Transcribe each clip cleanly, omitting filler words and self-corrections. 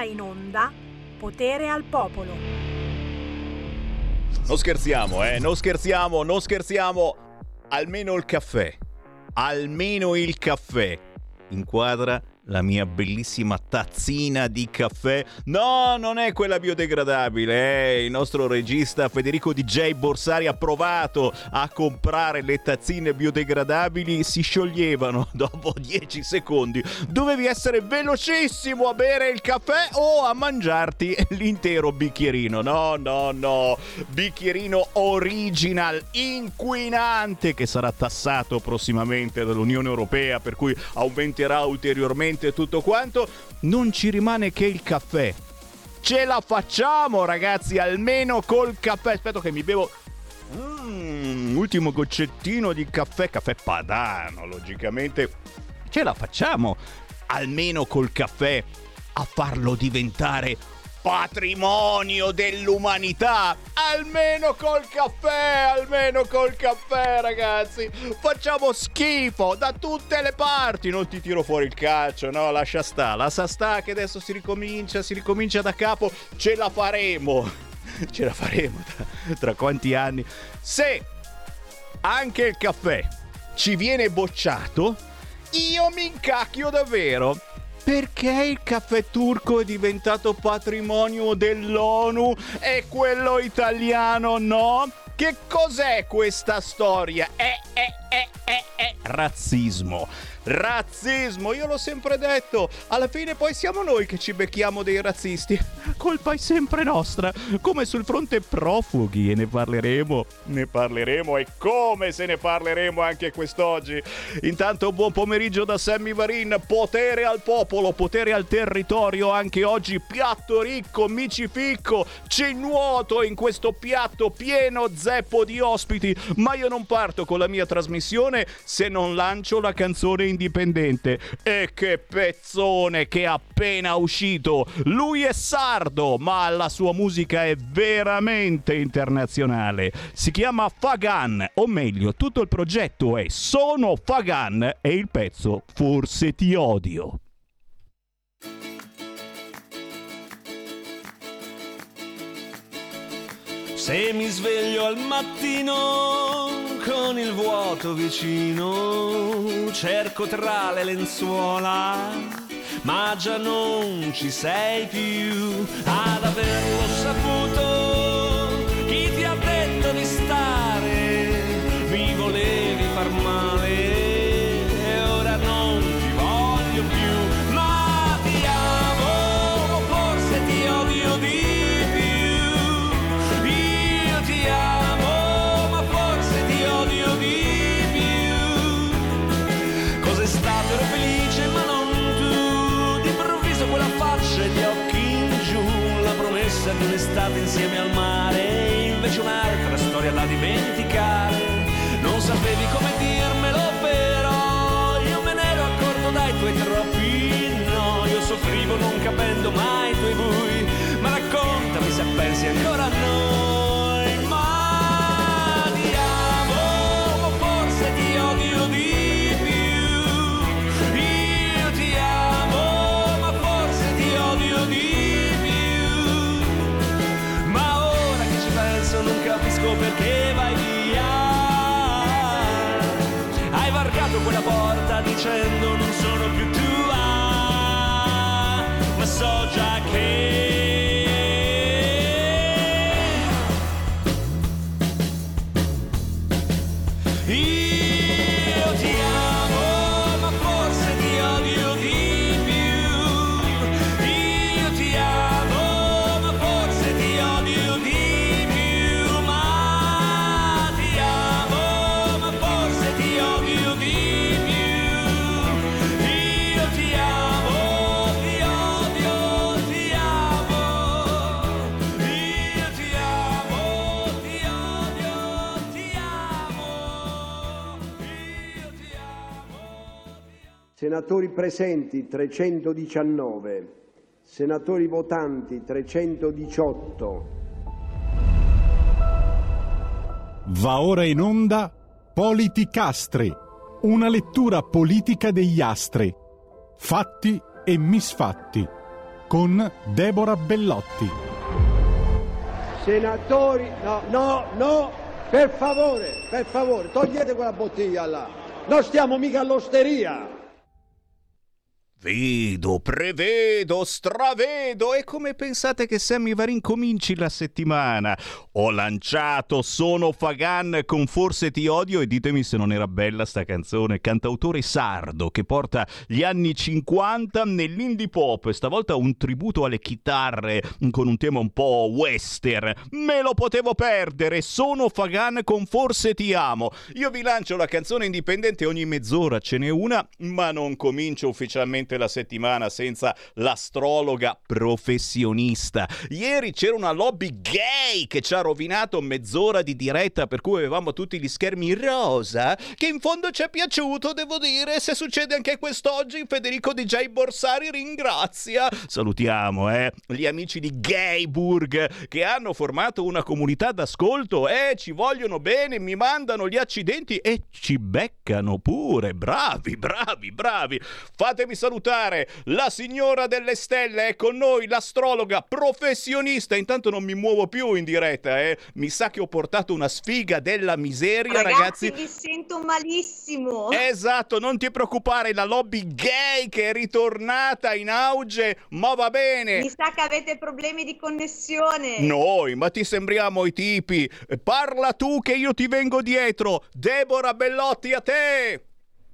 ora in onda Potere al Popolo. Non scherziamo. Almeno il caffè inquadra la mia bellissima tazzina di caffè. No, non è quella biodegradabile. Il nostro regista Federico DJ Borsari ha provato a comprare le tazzine biodegradabili, si scioglievano dopo 10 secondi. Dovevi essere velocissimo a bere il caffè o a mangiarti l'intero bicchierino. No, bicchierino original, inquinante, che sarà tassato prossimamente dall'Unione Europea, per cui aumenterà ulteriormente tutto quanto. Non ci rimane che il caffè. Ce la facciamo, ragazzi, almeno col caffè. Aspetta che mi bevo ultimo goccettino di caffè padano, logicamente. Ce la facciamo almeno col caffè a farlo diventare patrimonio dell'umanità. Almeno col caffè, ragazzi. Facciamo schifo da tutte le parti. Non ti tiro fuori il calcio, no, lascia sta che adesso si ricomincia da capo. Ce la faremo tra quanti anni. Se anche il caffè ci viene bocciato, io mi incacchio davvero. Perché il caffè turco è diventato patrimonio dell'ONU e quello italiano no? Che cos'è questa storia? Razzismo, io l'ho sempre detto. Alla fine poi siamo noi che ci becchiamo dei razzisti. Colpa è sempre nostra. Come sul fronte profughi, e ne parleremo e come se ne parleremo anche quest'oggi. Intanto buon pomeriggio da Sammy Varin. Potere al popolo, potere al territorio. Anche oggi piatto ricco, micificco. Ci nuoto in questo piatto pieno zeppo di ospiti. Ma io non parto con la mia trasmissione se non lancio la canzone indipendente. E che pezzone che è appena uscito. Lui è sardo, ma la sua musica è veramente internazionale. Si chiama Fagan, o meglio, tutto il progetto è Sono Fagan e il pezzo Forse ti odio. Se mi sveglio al mattino con il vuoto vicino, cerco tra le lenzuola, ma già non ci sei più. Ad averlo saputo, chi ti ha detto di stare? Mi volevi far male e ora non ti voglio più. Ma ti amo, forse ti odio di ti amo, ma forse ti odio di più. Cos'è stato? Ero felice, ma non tu. D'improvviso quella faccia e gli occhi in giù, la promessa di un'estate insieme al mare, invece un'altra storia da dimenticare. Non sapevi come dirmelo, però io me ne ero accorto dai tuoi troppi no. Io soffrivo non capendo mai i tuoi bui, ma raccontami se pensi ancora a noi. Ti odio di più, io ti amo, ma forse ti odio di più. Ma ora che ci penso non capisco perché vai via. Hai varcato quella porta dicendo non sono più tua, ma so già che Senatori presenti 319, senatori votanti 318. Va ora in onda Politicastri, una lettura politica degli astri, fatti e misfatti, con Deborah Bellotti. Senatori, no, per favore, togliete quella bottiglia là. Non stiamo mica all'osteria. Vedo, prevedo, stravedo. E come pensate che Sammy Varin cominci la settimana? Ho lanciato Sono Fagan con Forse ti odio, e ditemi se non era bella sta canzone. Cantautore sardo che porta gli anni 50 nell'indie pop, stavolta un tributo alle chitarre con un tema un po' western. Me lo potevo perdere. Sono Fagan con Forse ti amo. Io vi lancio la canzone indipendente ogni mezz'ora, ce n'è una, ma non comincio ufficialmente la settimana senza l'astrologa professionista. Ieri c'era una lobby gay che ci ha rovinato mezz'ora di diretta, per cui avevamo tutti gli schermi rosa, che in fondo ci è piaciuto, devo dire. Se succede anche quest'oggi, Federico DJ Borsari ringrazia. Salutiamo gli amici di Gayburg che hanno formato una comunità d'ascolto, ci vogliono bene, mi mandano gli accidenti e ci beccano pure. Bravi. Fatemi salutare la signora delle stelle, è con noi, l'astrologa professionista. Intanto non mi muovo più in diretta, mi sa che ho portato una sfiga della miseria, ragazzi. Vi sento malissimo. Esatto, non ti preoccupare, la lobby gay che è ritornata in auge, ma va bene. Mi sa che avete problemi di connessione. Noi, ma ti sembriamo i tipi. Parla tu che io ti vengo dietro. Deborah Bellotti, a te.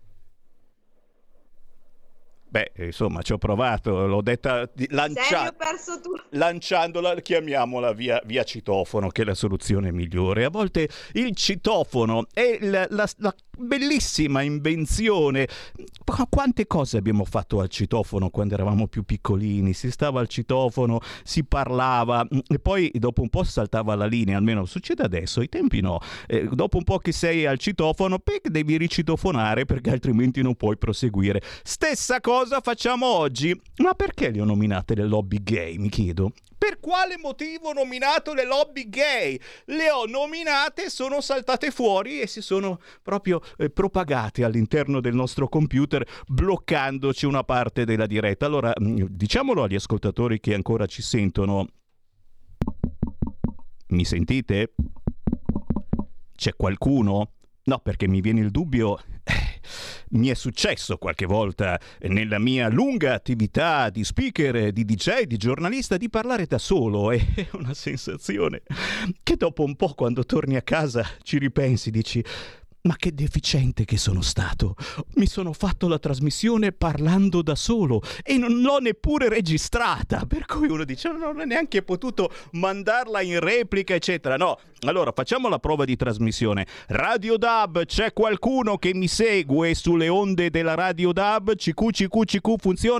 Beh, insomma, ci ho provato, l'ho detta lanciandola, chiamiamola via citofono, che è la soluzione migliore. A volte il citofono è la bellissima invenzione. Quante cose abbiamo fatto al citofono quando eravamo più piccolini? Si stava al citofono, si parlava e poi dopo un po' saltava la linea, almeno succede adesso, ai tempi no. Dopo un po' che sei al citofono, devi ricitofonare perché altrimenti non puoi proseguire. Stessa cosa facciamo oggi. Ma perché le ho nominate le lobby gay, mi chiedo? Per quale motivo ho nominato le lobby gay? Le ho nominate, sono saltate fuori e si sono proprio propagate all'interno del nostro computer, bloccandoci una parte della diretta. Allora, diciamolo agli ascoltatori che ancora ci sentono. Mi sentite? C'è qualcuno? No, perché mi viene il dubbio. Mi è successo qualche volta nella mia lunga attività di speaker, di DJ, di giornalista, di parlare da solo. È una sensazione che dopo un po', quando torni a casa, ci ripensi, dici: ma che deficiente che sono stato. Mi sono fatto la trasmissione parlando da solo e non l'ho neppure registrata, per cui uno dice: non ho neanche potuto mandarla in replica, eccetera. No, allora facciamo la prova di trasmissione. Radio DAB, c'è qualcuno che mi segue sulle onde della Radio DAB? CQ,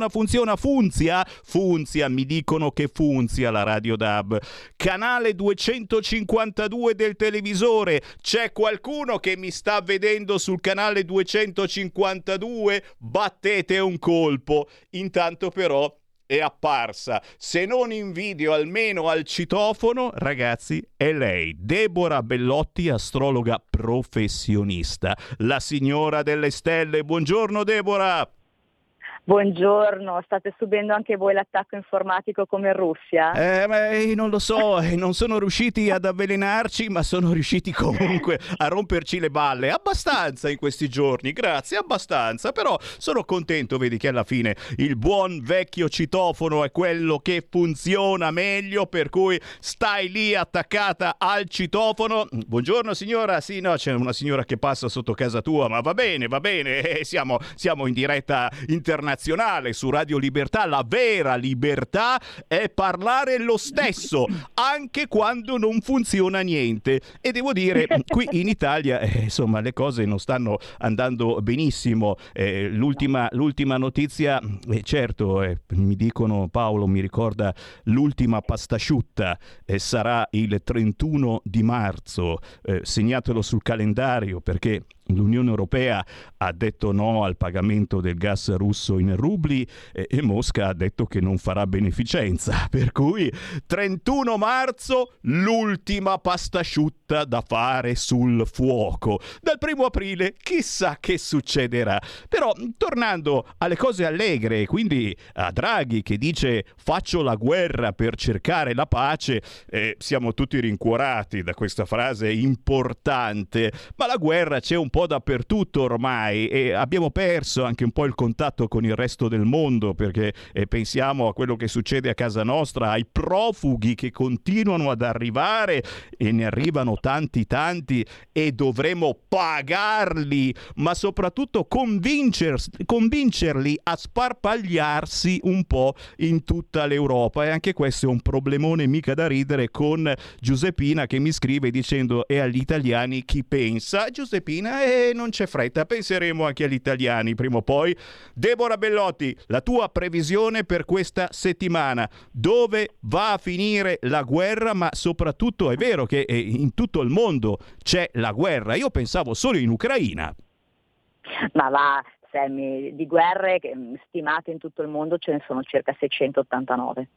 funzia, mi dicono che funzia la Radio DAB. Canale 252 del televisore, c'è qualcuno che mi sta vedendo sul canale 252? Battete un colpo. Intanto però è apparsa, se non in video almeno al citofono, ragazzi, è lei, Deborah Bellotti, astrologa professionista, la signora delle stelle. Buongiorno Deborah. Buongiorno, state subendo anche voi l'attacco informatico come in Russia? Non lo so, non sono riusciti ad avvelenarci, ma sono riusciti comunque a romperci le balle abbastanza in questi giorni, grazie, abbastanza, però sono contento, vedi che alla fine il buon vecchio citofono è quello che funziona meglio, per cui stai lì attaccata al citofono. Buongiorno signora, sì, no, c'è una signora che passa sotto casa tua, ma va bene, siamo in diretta internazionale su Radio Libertà. La vera libertà è parlare lo stesso anche quando non funziona niente, e devo dire qui in Italia insomma le cose non stanno andando benissimo. L'ultima notizia, certo, mi dicono, Paolo mi ricorda l'ultima pastasciutta, sarà il 31 di marzo, segnatelo sul calendario, perché l'Unione Europea ha detto no al pagamento del gas russo in rubli e Mosca ha detto che non farà beneficenza, per cui 31 marzo l'ultima pastasciutta frutta da fare sul fuoco. Dal 1° aprile chissà che succederà. Però tornando alle cose allegre, quindi a Draghi che dice faccio la guerra per cercare la pace, siamo tutti rincuorati da questa frase importante, ma la guerra c'è un po' dappertutto ormai e abbiamo perso anche un po' il contatto con il resto del mondo, perché pensiamo a quello che succede a casa nostra, ai profughi che continuano ad arrivare e ne arrivano tanti e dovremo pagarli, ma soprattutto convincerli a sparpagliarsi un po' in tutta l'Europa. E anche questo è un problemone mica da ridere, con Giuseppina che mi scrive dicendo e agli italiani chi pensa? Giuseppina, non c'è fretta, penseremo anche agli italiani prima o poi. Deborah Bellotti, la tua previsione per questa settimana, dove va a finire la guerra? Ma soprattutto è vero che in tutto il mondo c'è la guerra, io pensavo solo in Ucraina. Ma va, Sammy, di guerre stimate in tutto il mondo ce ne sono circa 689.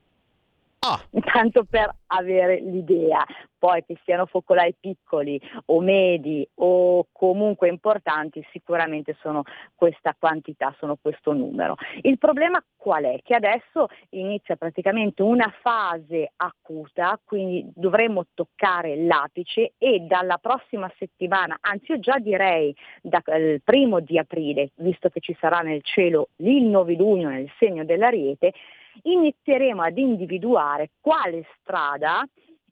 Tanto per avere l'idea. Poi che siano focolai piccoli o medi o comunque importanti, sicuramente sono questa quantità, sono questo numero. Il problema qual è? Che adesso inizia praticamente una fase acuta, quindi dovremo toccare l'apice e dalla prossima settimana, anzi io già direi dal 1° di aprile, visto che ci sarà nel cielo il novilunio nel segno dell'Ariete, inizieremo ad individuare quale strada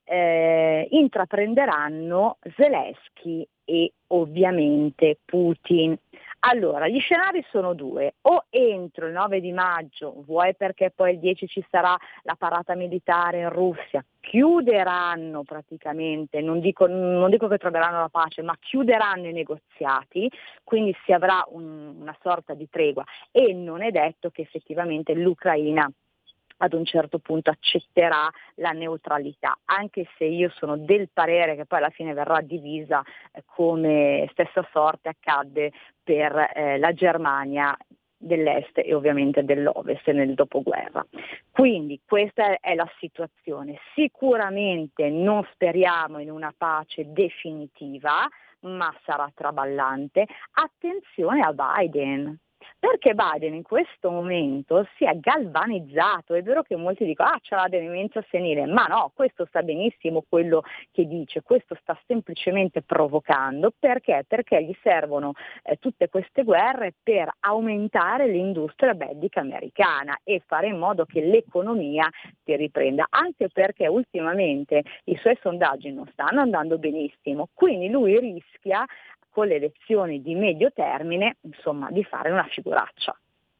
intraprenderanno Zelensky e ovviamente Putin. Allora, gli scenari sono 2: o entro il 9 di maggio, vuoi perché poi il 10 ci sarà la parata militare in Russia, chiuderanno praticamente, non dico che troveranno la pace, ma chiuderanno i negoziati, quindi si avrà una sorta di tregua, e non è detto che effettivamente l'Ucraina ad un certo punto accetterà la neutralità, anche se io sono del parere che poi alla fine verrà divisa, come stessa sorte accadde per la Germania dell'est e ovviamente dell'ovest nel dopoguerra. Quindi questa è la situazione. Sicuramente non speriamo in una pace definitiva, ma sarà traballante. Attenzione a Biden, perché Biden in questo momento si è galvanizzato. È vero che molti dicono c'è la demenza senile, ma no, questo sta benissimo quello che dice, questo sta semplicemente provocando. Perché? Perché gli servono tutte queste guerre per aumentare l'industria bellica americana e fare in modo che l'economia si riprenda, anche perché ultimamente i suoi sondaggi non stanno andando benissimo, quindi lui rischia con le elezioni di medio termine, insomma, di fare una figuraccia.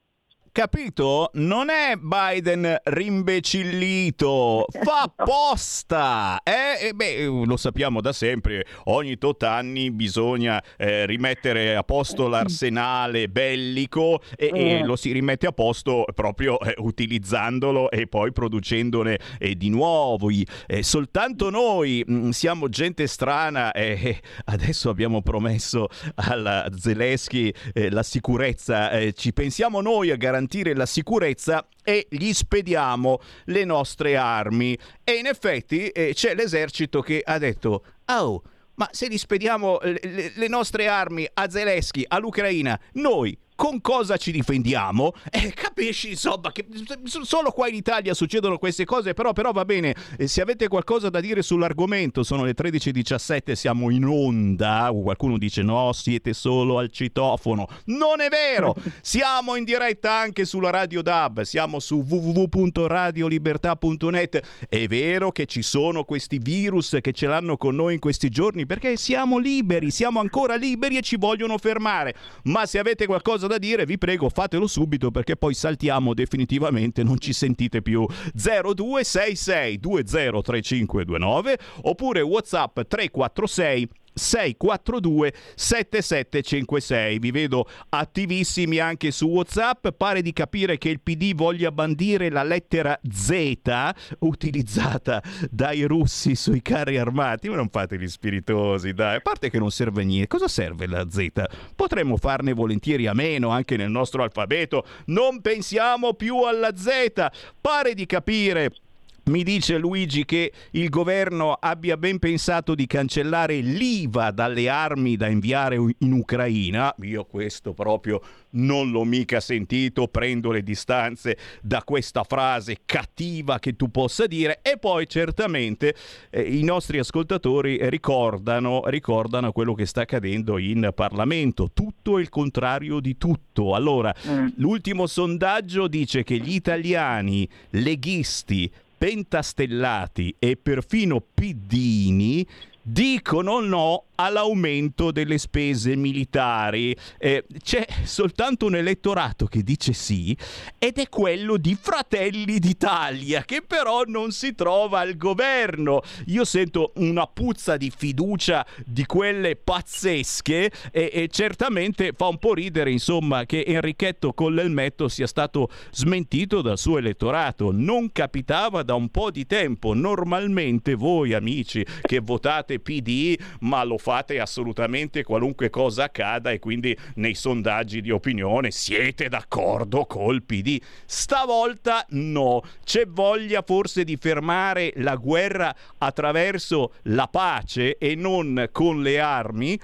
Capito? Non è Biden rimbecillito, fa apposta, lo sappiamo da sempre, ogni tot anni bisogna rimettere a posto l'arsenale bellico e lo si rimette a posto proprio utilizzandolo e poi producendone di nuovi. Soltanto noi siamo gente strana e adesso abbiamo promesso alla Zelensky la sicurezza, ci pensiamo noi a garantire la sicurezza e gli spediamo le nostre armi. E in effetti c'è l'esercito che ha detto ma se gli spediamo le nostre armi a Zelensky, all'Ucraina, noi con cosa ci difendiamo? Capisci, insomma, che solo qua in Italia succedono queste cose, però va bene. Se avete qualcosa da dire sull'argomento, sono le 13:17, siamo in onda. Qualcuno dice no, siete solo al citofono. Non è vero! Siamo in diretta anche sulla Radio DAB, siamo su www.radiolibertà.net. È vero che ci sono questi virus che ce l'hanno con noi in questi giorni, perché siamo liberi, siamo ancora liberi e ci vogliono fermare. Ma se avete qualcosa da dire, vi prego, fatelo subito, perché poi saltiamo definitivamente, non ci sentite più. 0266203529 oppure WhatsApp 346 642 7756. Vi vedo attivissimi anche su WhatsApp. Pare di capire che il PD voglia bandire la lettera Z utilizzata dai russi sui carri armati. Ma non fate gli spiritosi, dai. A parte che non serve a niente. Cosa serve la Z? Potremmo farne volentieri a meno anche nel nostro alfabeto. Non pensiamo più alla Z. Pare di capire Mi dice Luigi che il governo abbia ben pensato di cancellare l'IVA dalle armi da inviare in Ucraina. Io questo proprio non l'ho mica sentito, prendo le distanze da questa frase cattiva che tu possa dire. E poi certamente i nostri ascoltatori ricordano quello che sta accadendo in Parlamento, tutto il contrario di tutto. Allora, l'ultimo sondaggio dice che gli italiani leghisti, pentastellati e perfino piddini dicono no all'aumento delle spese militari. C'è soltanto un elettorato che dice sì, ed è quello di Fratelli d'Italia, che però non si trova al governo. Io sento una puzza di fiducia di quelle pazzesche e certamente fa un po' ridere, insomma, che Enrichetto Collelmetto sia stato smentito dal suo elettorato. Non capitava da un po' di tempo. Normalmente voi, amici che votate PD, ma lo fate assolutamente qualunque cosa accada, e quindi nei sondaggi di opinione siete d'accordo col PD. Stavolta no, c'è voglia forse di fermare la guerra attraverso la pace e non con le armi.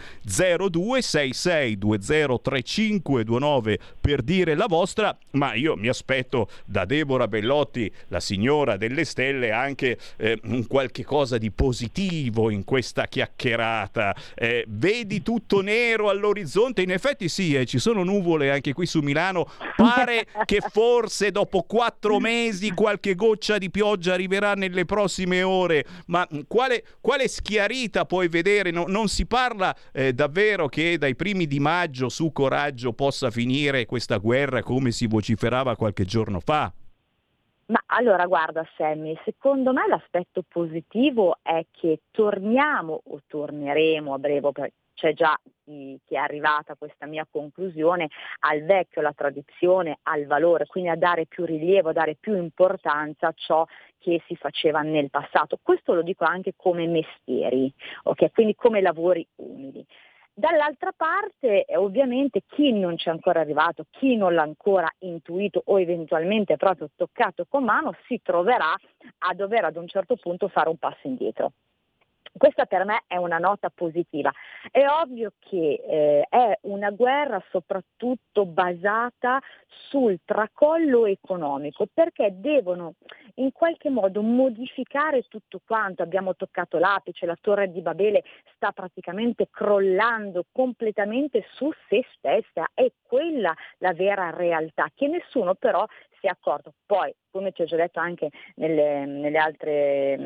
0266203529 per dire la vostra, ma io mi aspetto da Deborah Bellotti, la signora delle stelle, anche un qualche cosa di positivo in questa chiacchierata. Vedi tutto nero all'orizzonte? In effetti sì, ci sono nuvole anche qui su Milano. Pare che forse dopo 4 mesi qualche goccia di pioggia arriverà nelle prossime ore, ma quale schiarita puoi vedere? Non si parla davvero che dai primi di maggio su Coraggio possa finire questa guerra come si vociferava qualche giorno fa? Ma allora guarda Sammy, secondo me l'aspetto positivo è che torniamo o torneremo a breve, c'è già chi è arrivata a questa mia conclusione, al vecchio, alla tradizione, al valore, quindi a dare più rilievo, a dare più importanza a ciò che si faceva nel passato. Questo lo dico anche come mestieri, ok? Quindi come lavori umili. Dall'altra parte ovviamente chi non c'è ancora arrivato, chi non l'ha ancora intuito o eventualmente proprio toccato con mano, si troverà a dover ad un certo punto fare un passo indietro. Questa per me è una nota positiva. È ovvio che è una guerra soprattutto basata sul tracollo economico, perché devono in qualche modo modificare tutto quanto. Abbiamo toccato l'apice, la Torre di Babele sta praticamente crollando completamente su se stessa, è quella la vera realtà che nessuno però si è accorto. Poi, come ti ho già detto anche nelle altre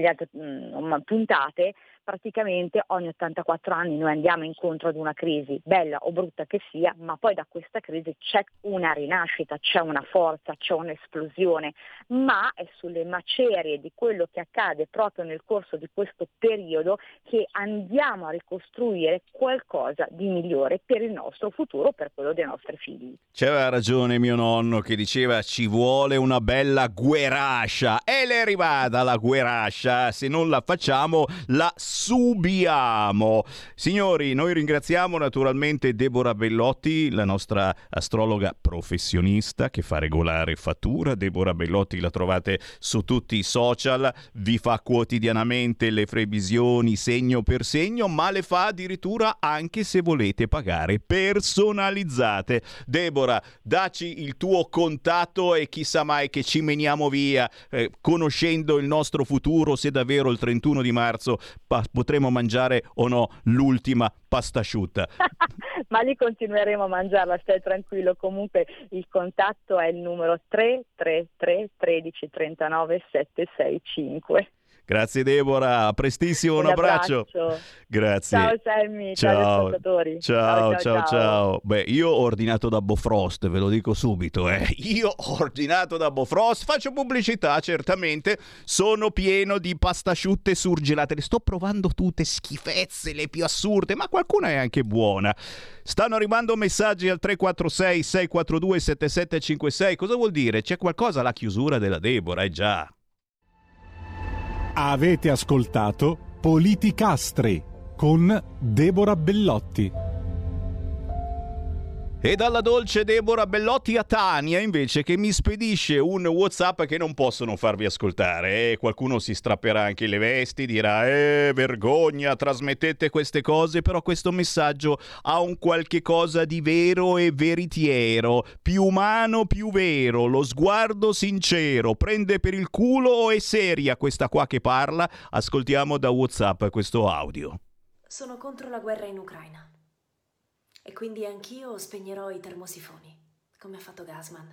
puntate, praticamente ogni 84 anni noi andiamo incontro ad una crisi, bella o brutta che sia, ma poi da questa crisi c'è una rinascita, c'è una forza, c'è un'esplosione, ma è sulle macerie di quello che accade proprio nel corso di questo periodo che andiamo a ricostruire qualcosa di migliore per il nostro futuro, per quello dei nostri figli. C'aveva ragione mio nonno che diceva ci vuole una bella guerascia, e le è arrivata la guerascia, se non la facciamo la subiamo. Signori, noi ringraziamo naturalmente Deborah Bellotti, la nostra astrologa professionista che fa regolare fattura. Deborah Bellotti la trovate su tutti i social, vi fa quotidianamente le previsioni segno per segno, ma le fa addirittura anche se volete pagare personalizzate. Deborah, dacci il tuo contatto e chissà mai che ci meniamo via conoscendo il nostro futuro, se davvero il 31 di marzo potremo mangiare o no l'ultima pasta asciutta. Ma lì continueremo a mangiarla, stai tranquillo. Comunque il contatto è il numero 333 13 39 765. Grazie Deborah, a prestissimo, un abbraccio. Grazie. Ciao Sammy, ciao ascoltatori. Ciao. Beh, io ho ordinato da Bofrost, ve lo dico subito, Io ho ordinato da Bofrost, faccio pubblicità certamente, sono pieno di pasta asciutte surgelate, le sto provando tutte, schifezze, le più assurde, ma qualcuna è anche buona. Stanno arrivando messaggi al 346 642 7756, cosa vuol dire? C'è qualcosa alla chiusura della Deborah, già. Avete ascoltato Politicastri con Deborah Bellotti. E dalla dolce Deborah Bellotti a Tania invece, che mi spedisce un WhatsApp che non posso non farvi ascoltare. Qualcuno si strapperà anche le vesti, dirà vergogna, trasmettete queste cose, però questo messaggio ha un qualche cosa di vero e veritiero, più umano, più vero, lo sguardo sincero, prende per il culo o è seria questa qua che parla? Ascoltiamo da WhatsApp questo audio. Sono contro la guerra in Ucraina. E quindi anch'io spegnerò i termosifoni, come ha fatto Gassman.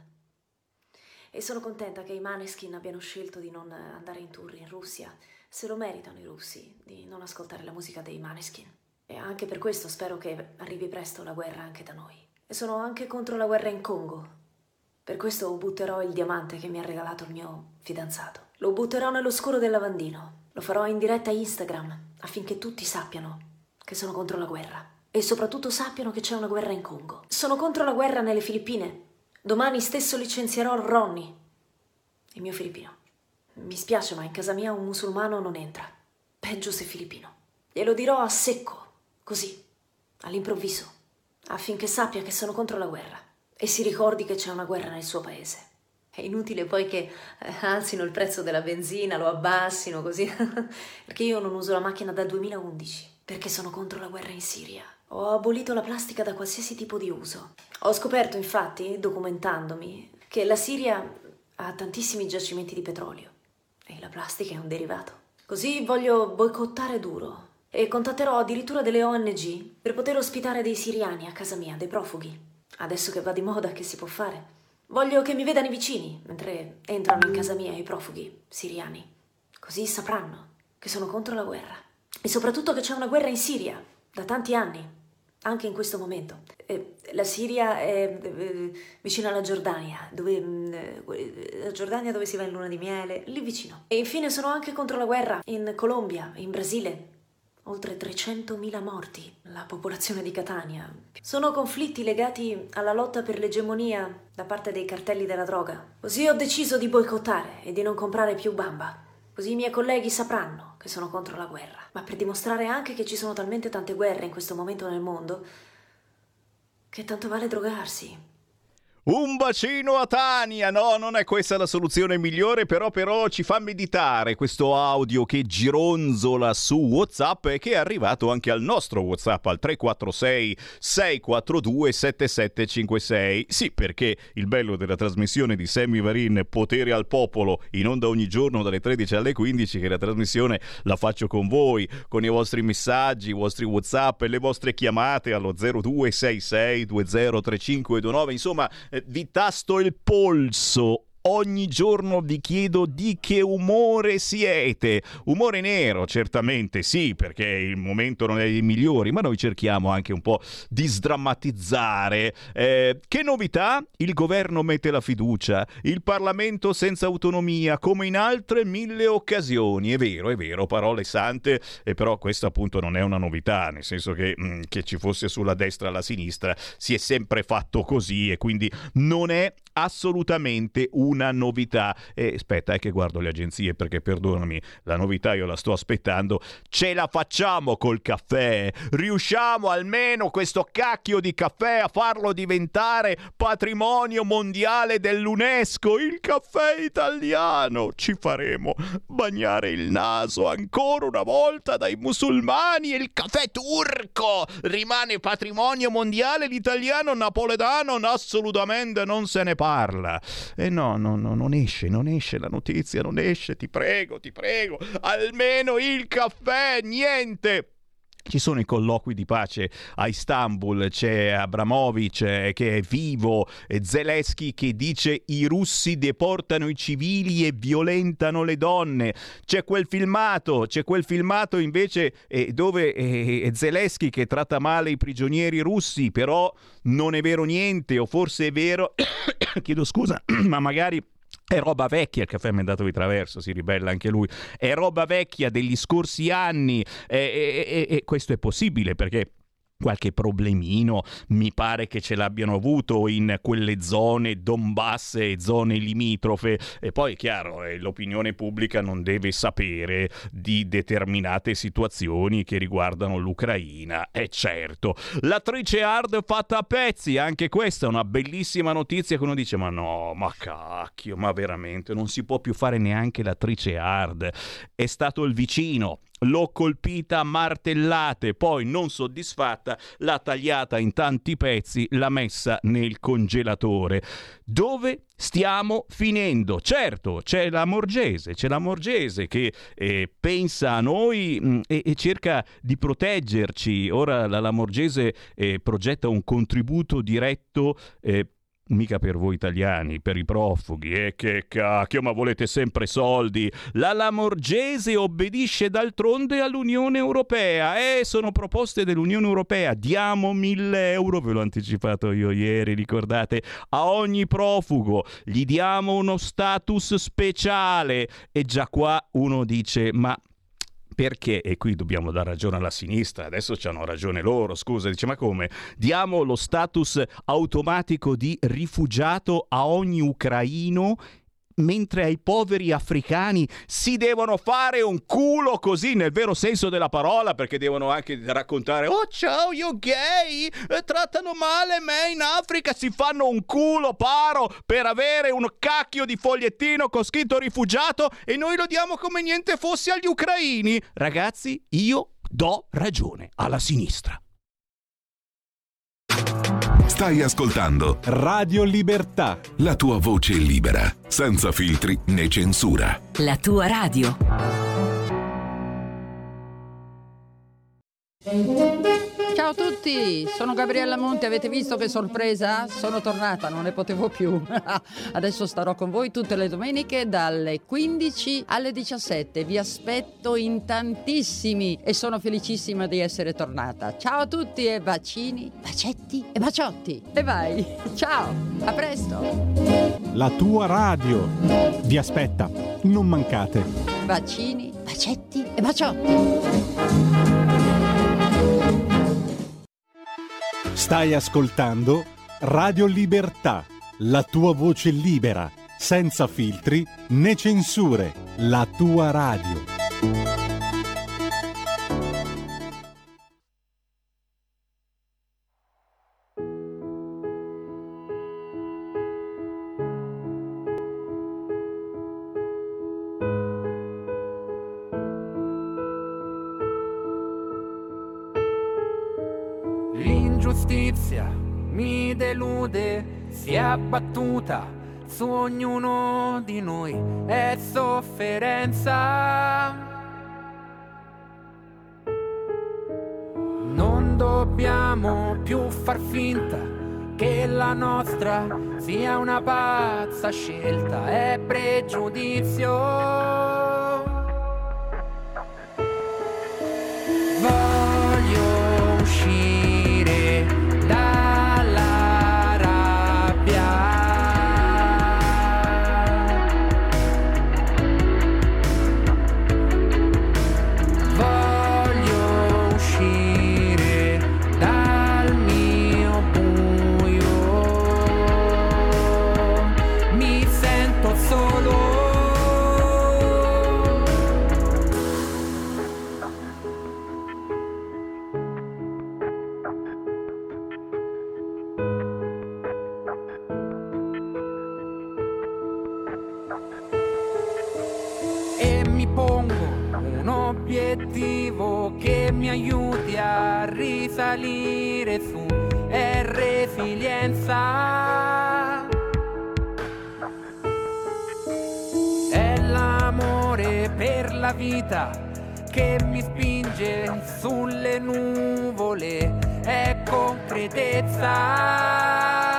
E sono contenta che i Maneskin abbiano scelto di non andare in tour in Russia. Se lo meritano i russi, di non ascoltare la musica dei Maneskin. E anche per questo spero che arrivi presto la guerra anche da noi. E sono anche contro la guerra in Congo. Per questo butterò il diamante che mi ha regalato il mio fidanzato. Lo butterò nello scuro del lavandino. Lo farò in diretta Instagram, affinché tutti sappiano che sono contro la guerra. E soprattutto sappiano che c'è una guerra in Congo. Sono contro la guerra nelle Filippine. Domani stesso licenzierò Ronnie, il mio filippino. Mi spiace, ma in casa mia un musulmano non entra. Peggio se filippino. Glielo dirò a secco, così, all'improvviso, affinché sappia che sono contro la guerra e si ricordi che c'è una guerra nel suo paese. È inutile poi che alzino il prezzo della benzina, lo abbassino così, perché io non uso la macchina dal 2011, perché sono contro la guerra in Siria. Ho abolito la plastica da qualsiasi tipo di uso. Ho scoperto, infatti, documentandomi, che la Siria ha tantissimi giacimenti di petrolio e la plastica è un derivato. Così voglio boicottare duro e contatterò addirittura delle ONG per poter ospitare dei siriani a casa mia, dei profughi. Adesso che va di moda, che si può fare? Voglio che mi vedano i vicini mentre entrano in casa mia i profughi siriani. Così sapranno che sono contro la guerra. E soprattutto che c'è una guerra in Siria da tanti anni. Anche in questo momento. La Siria è vicino alla Giordania, la Giordania dove si va in luna di miele, lì vicino. E infine sono anche contro la guerra in Colombia, in Brasile. Oltre 300.000 morti, la popolazione di Catania. Sono conflitti legati alla lotta per l'egemonia da parte dei cartelli della droga. Così ho deciso di boicottare e di non comprare più bamba. Così i miei colleghi sapranno che sono contro la guerra. Ma per dimostrare anche che ci sono talmente tante guerre in questo momento nel mondo, che tanto vale drogarsi. Un bacino a Tania! No, non è questa la soluzione migliore, però ci fa meditare questo audio che gironzola su WhatsApp e che è arrivato anche al nostro WhatsApp al 346 642 7756. Sì, perché il bello della trasmissione di Sammy Varin, Potere al Popolo, in onda ogni giorno dalle 13 alle 15, che la trasmissione la faccio con voi, con i vostri messaggi, i vostri WhatsApp e le vostre chiamate allo 0266 203529. Insomma, vi tasto il polso. Ogni giorno vi chiedo di che umore siete. Umore nero, certamente sì, perché il momento non è dei migliori, ma noi cerchiamo anche un po' di sdrammatizzare. Che novità? Il governo mette la fiducia, il Parlamento senza autonomia, come in altre 1000 occasioni. È vero, parole sante, e però questa appunto non è una novità, nel senso che ci fosse sulla destra o alla sinistra si è sempre fatto così, e quindi non è assolutamente una novità. Aspetta, che guardo le agenzie, perché perdonami, la novità io la sto aspettando. Ce la facciamo col caffè? Riusciamo almeno questo cacchio di caffè a farlo diventare patrimonio mondiale dell'UNESCO? Il caffè italiano! Ci faremo bagnare il naso ancora una volta dai musulmani, e il caffè turco rimane patrimonio mondiale, l'italiano napoletano assolutamente non se ne parla. No, non esce la notizia, non esce, ti prego, almeno il caffè, niente. Ci sono i colloqui di pace a Istanbul, c'è Abramovic che è vivo, Zelensky che dice i russi deportano i civili e violentano le donne. C'è quel filmato invece dove Zelensky che tratta male i prigionieri russi, però non è vero niente, o forse è vero, chiedo scusa, ma magari è roba vecchia. Il caffè mi è andato di traverso, si ribella anche lui. È roba vecchia degli scorsi anni, e questo è possibile perché qualche problemino mi pare che ce l'abbiano avuto in quelle zone Donbass e zone limitrofe, e poi è chiaro, l'opinione pubblica non deve sapere di determinate situazioni che riguardano l'Ucraina, è certo. L'attrice Hard fatta a pezzi, anche questa è una bellissima notizia che uno dice ma no, ma cacchio, ma veramente non si può più fare neanche l'attrice Hard, è stato il vicino. L'ho colpita a martellate, poi non soddisfatta l'ha tagliata in tanti pezzi, l'ha messa nel congelatore. Dove stiamo finendo? Certo, c'è la Morgese che pensa a noi e cerca di proteggerci. Ora la Morgese progetta un contributo diretto mica per voi italiani, per i profughi, che cacchio, ma volete sempre soldi. La Lamorgese obbedisce d'altronde all'Unione Europea, sono proposte dell'Unione Europea, diamo 1.000 euro, ve l'ho anticipato io ieri, ricordate, a ogni profugo, gli diamo uno status speciale, e già qua uno dice ma perché? E qui dobbiamo dare ragione alla sinistra, adesso c'hanno ragione loro, scusa, dice ma come? Diamo lo status automatico di rifugiato a ogni ucraino, mentre ai poveri africani si devono fare un culo così, nel vero senso della parola, perché devono anche raccontare oh ciao io gay, trattano male me in Africa, si fanno un culo paro per avere un cacchio di fogliettino con scritto rifugiato e noi lo diamo come niente fosse agli ucraini. Ragazzi, io do ragione alla sinistra. Stai ascoltando Radio Libertà, la tua voce libera, senza filtri né censura. La tua radio. Ciao a tutti, sono Gabriella Monti, avete visto che sorpresa? Sono tornata, non ne potevo più. Adesso starò con voi tutte le domeniche dalle 15 alle 17, vi aspetto in tantissimi e sono felicissima di essere tornata. Ciao a tutti e bacini, bacetti e baciotti. E vai, ciao, a presto. La tua radio vi aspetta, non mancate. Bacini, bacetti e baciotti. Stai ascoltando Radio Libertà, la tua voce libera, senza filtri né censure, la tua radio. L'ingiustizia mi delude, si è abbattuta su ognuno di noi, è sofferenza. Non dobbiamo più far finta che la nostra sia una pazza scelta, è pregiudizio. Voglio uscire dalla rabbia, voglio uscire dal mio buio, mi sento solo. Obiettivo che mi aiuti a risalire su è resilienza, è l'amore per la vita che mi spinge sulle nuvole, è concretezza.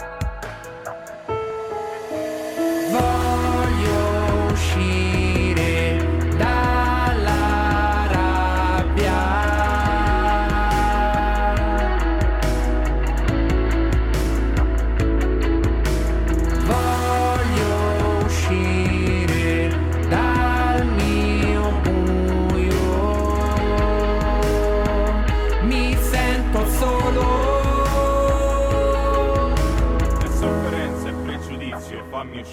Voglio uscire dalla rabbia, voglio uscire dal mio buio, mi sento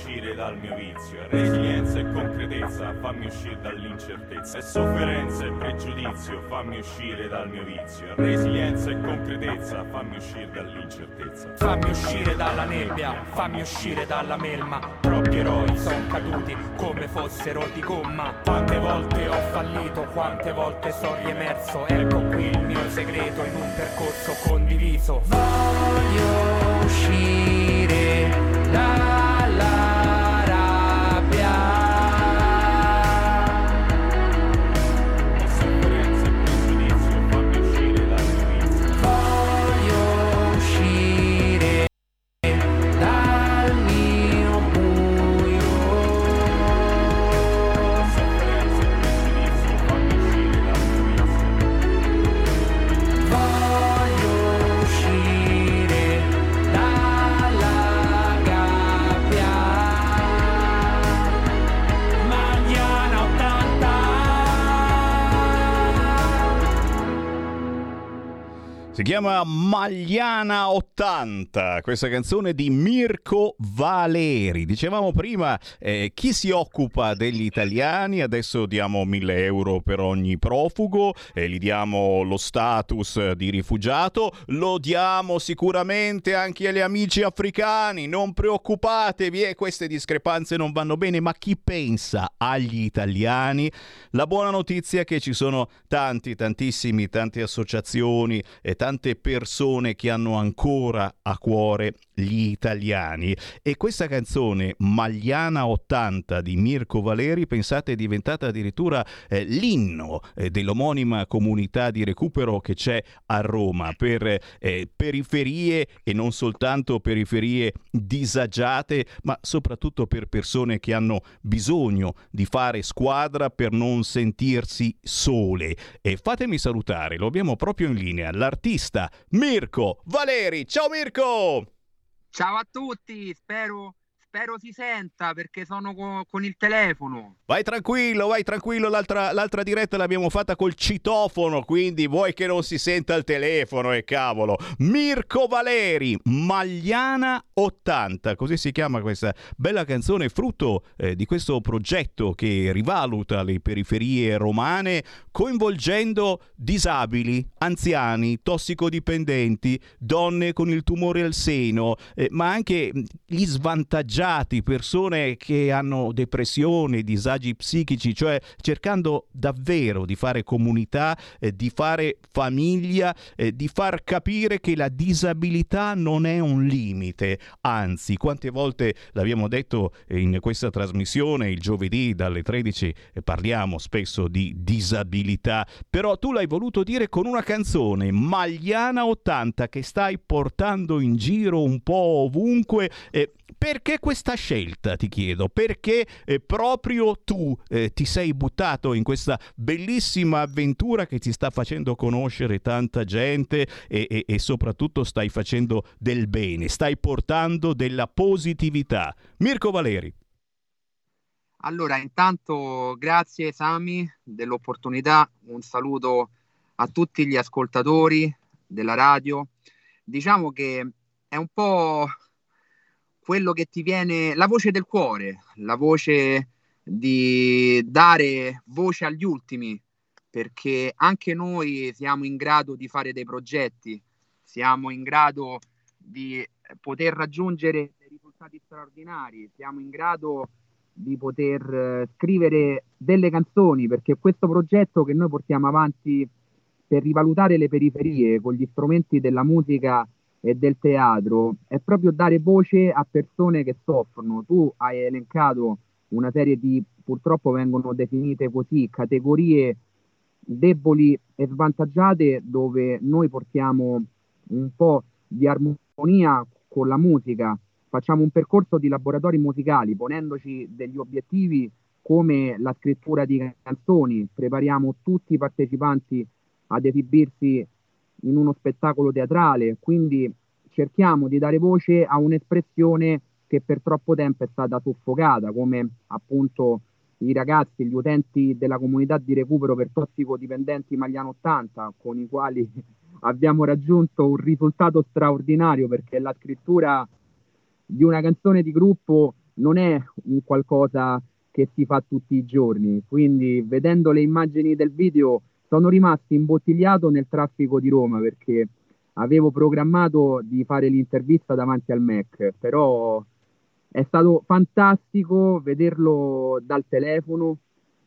uscire dal mio vizio. Resilienza e concretezza, fammi uscire dall'incertezza. E sofferenza e pregiudizio, fammi uscire dal mio vizio. Resilienza e concretezza, fammi uscire dall'incertezza. Fammi uscire dalla nebbia, fammi uscire dalla melma. Troppi eroi sono caduti come fossero di gomma. Quante volte ho fallito, quante volte sono riemerso. Ecco qui il mio segreto in un percorso condiviso. Voglio uscire dalla rabbia. Sofferenza e pregiudizio, fammi uscire dal mio vizio. Voglio uscire dal mio buio. Sofferenza e pregiudizio, fammi uscire dal mio vizio. Voglio uscire dalla gabbia. Magliana 80. Si chiama Magliana 80, questa canzone di Mirko Valeri. Dicevamo prima, chi si occupa degli italiani, adesso diamo 1.000 euro per ogni profugo, gli diamo lo status di rifugiato, lo diamo sicuramente anche agli amici africani, non preoccupatevi, queste discrepanze non vanno bene, ma chi pensa agli italiani? La buona notizia è che ci sono tante associazioni e tante persone che hanno ancora a cuore gli italiani, e questa canzone Magliana 80 di Mirko Valeri, pensate, è diventata addirittura l'inno dell'omonima comunità di recupero che c'è a Roma per periferie, e non soltanto periferie disagiate, ma soprattutto per persone che hanno bisogno di fare squadra per non sentirsi sole. E fatemi salutare, lo abbiamo proprio in linea, l'artista Mirko Valeri. Ciao Mirko! Ciao a tutti, spero si senta perché sono con il telefono. Vai tranquillo, l'altra diretta l'abbiamo fatta col citofono, quindi vuoi che non si senta il telefono, e cavolo. Mirko Valeri, Magliana 80, così si chiama questa bella canzone, frutto di questo progetto che rivaluta le periferie romane, coinvolgendo disabili, anziani, tossicodipendenti, donne con il tumore al seno, ma anche gli svantaggiati, persone che hanno depressione, disagi psichici, cioè cercando davvero di fare comunità, di fare famiglia, di far capire che la disabilità non è un limite, anzi, quante volte l'abbiamo detto in questa trasmissione, il giovedì dalle 13 parliamo spesso di disabilità, però tu l'hai voluto dire con una canzone, Magliana 80, che stai portando in giro un po' ovunque. Perché questa scelta, ti chiedo? Perché proprio tu ti sei buttato in questa bellissima avventura che ti sta facendo conoscere tanta gente e soprattutto stai facendo del bene, stai portando della positività. Mirko Valeri. Allora, intanto grazie Sami dell'opportunità, un saluto a tutti gli ascoltatori della radio. Diciamo che è un po' quello che ti viene, la voce del cuore, la voce di dare voce agli ultimi, perché anche noi siamo in grado di fare dei progetti, siamo in grado di poter raggiungere dei risultati straordinari, siamo in grado di poter scrivere delle canzoni, perché questo progetto che noi portiamo avanti per rivalutare le periferie con gli strumenti della musica e del teatro è proprio dare voce a persone che soffrono. Tu hai elencato una serie di, purtroppo vengono definite così, categorie deboli e svantaggiate, dove noi portiamo un po' di armonia con la musica, facciamo un percorso di laboratori musicali ponendoci degli obiettivi come la scrittura di canzoni, prepariamo tutti i partecipanti ad esibirsi in uno spettacolo teatrale, quindi cerchiamo di dare voce a un'espressione che per troppo tempo è stata soffocata, come appunto i ragazzi, gli utenti della comunità di recupero per tossicodipendenti Magliana 80, con i quali abbiamo raggiunto un risultato straordinario, perché la scrittura di una canzone di gruppo non è un qualcosa che si fa tutti i giorni, quindi vedendo le immagini del video sono rimasto imbottigliato nel traffico di Roma perché avevo programmato di fare l'intervista davanti al Mac, però è stato fantastico vederlo dal telefono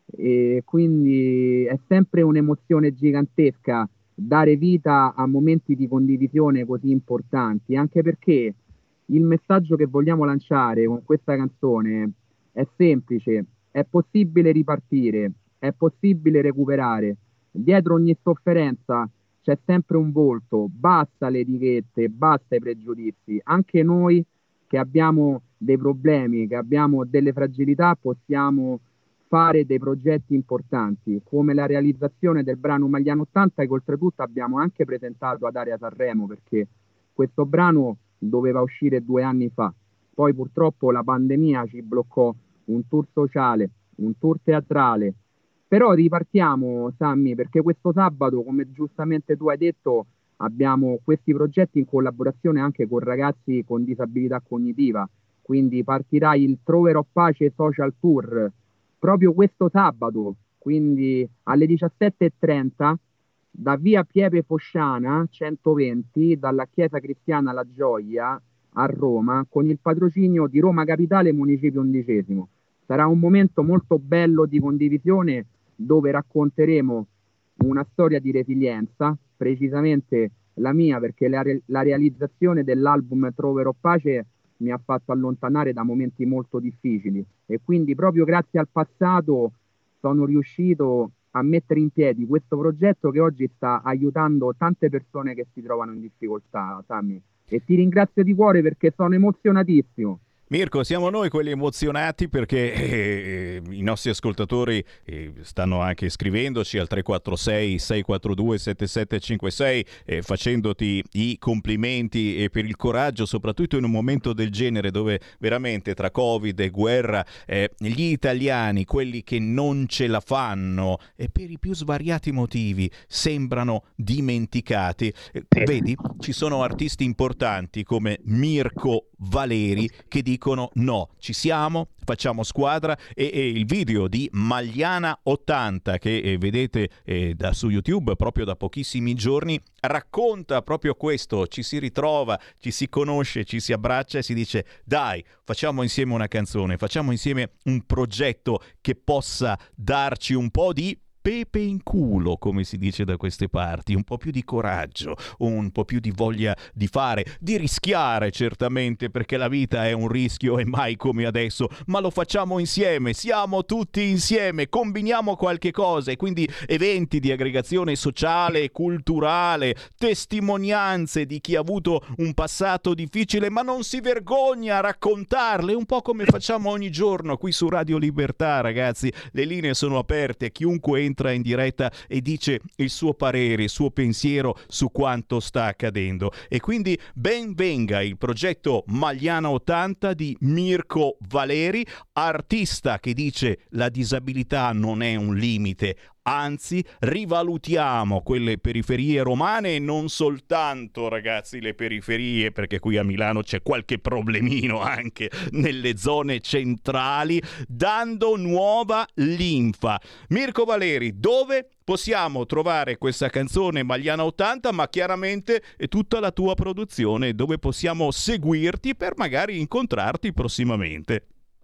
e quindi è sempre un'emozione gigantesca dare vita a momenti di condivisione così importanti, anche perché il messaggio che vogliamo lanciare con questa canzone è semplice: è possibile ripartire, è possibile recuperare, dietro ogni sofferenza c'è sempre un volto, basta le etichette, basta i pregiudizi, anche noi che abbiamo dei problemi, che abbiamo delle fragilità, possiamo fare dei progetti importanti, come la realizzazione del brano Magliana 80, che oltretutto abbiamo anche presentato ad Area Sanremo, perché questo brano doveva uscire 2 anni fa. Poi purtroppo la pandemia ci bloccò un tour sociale, un tour teatrale. Però ripartiamo, Sammy, perché questo sabato, come giustamente tu hai detto, abbiamo questi progetti in collaborazione anche con ragazzi con disabilità cognitiva. Quindi partirà il Troverò Pace Social Tour proprio questo sabato, quindi alle 17:30 da via Pieve Fosciana 120, dalla Chiesa Cristiana La Gioia a Roma, con il patrocinio di Roma Capitale Municipio 11. Sarà un momento molto bello di condivisione dove racconteremo una storia di resilienza, precisamente la mia, perché la realizzazione dell'album Troverò Pace mi ha fatto allontanare da momenti molto difficili e quindi proprio grazie al passato sono riuscito a mettere in piedi questo progetto che oggi sta aiutando tante persone che si trovano in difficoltà, Sammy. E ti ringrazio di cuore perché sono emozionatissimo. Mirko, siamo noi quelli emozionati perché i nostri ascoltatori stanno anche scrivendoci al 346-642-7756 facendoti i complimenti per il coraggio, soprattutto in un momento del genere dove veramente tra Covid e guerra gli italiani, quelli che non ce la fanno e per i più svariati motivi, sembrano dimenticati. Vedi, ci sono artisti importanti come Mirko Valeri che dicono no, ci siamo, facciamo squadra e il video di Magliana 80 che vedete su YouTube proprio da pochissimi giorni racconta proprio questo, ci si ritrova, ci si conosce, ci si abbraccia e si dice dai, facciamo insieme una canzone, facciamo insieme un progetto che possa darci un po' di pepe in culo, come si dice da queste parti, un po' più di coraggio, un po' più di voglia di fare, di rischiare certamente, perché la vita è un rischio e mai come adesso, ma lo facciamo insieme, siamo tutti insieme, combiniamo qualche cosa e quindi eventi di aggregazione sociale e culturale, testimonianze di chi ha avuto un passato difficile ma non si vergogna a raccontarle, un po' come facciamo ogni giorno qui su Radio Libertà, ragazzi, le linee sono aperte, chiunque entra in diretta e dice il suo parere, il suo pensiero su quanto sta accadendo. E quindi ben venga il progetto Magliana 80 di Mirko Valeri, artista che dice la disabilità non è un limite, anzi rivalutiamo quelle periferie romane e non soltanto, ragazzi, le periferie, perché qui a Milano c'è qualche problemino anche nelle zone centrali, dando nuova linfa. Mirko Valeri, dove possiamo trovare questa canzone Magliana 80, ma chiaramente è tutta la tua produzione, dove possiamo seguirti per magari incontrarti prossimamente?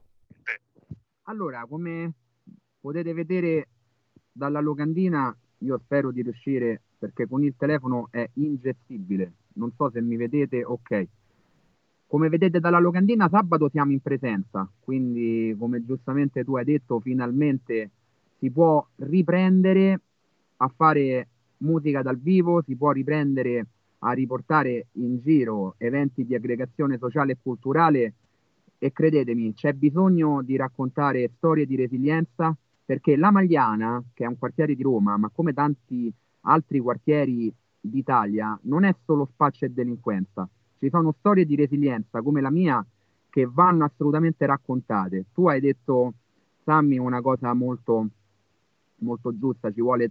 Allora, come potete vedere dalla locandina, io spero di riuscire, perché con il telefono è ingestibile, non so se mi vedete, ok. Come vedete dalla locandina, sabato siamo in presenza, quindi come giustamente tu hai detto, finalmente si può riprendere a fare musica dal vivo, si può riprendere a riportare in giro eventi di aggregazione sociale e culturale e credetemi, c'è bisogno di raccontare storie di resilienza, perché la Magliana, che è un quartiere di Roma, ma come tanti altri quartieri d'Italia, non è solo spaccio e delinquenza. Ci sono storie di resilienza come la mia che vanno assolutamente raccontate. Tu hai detto, Sammy, una cosa molto, molto giusta, ci vuole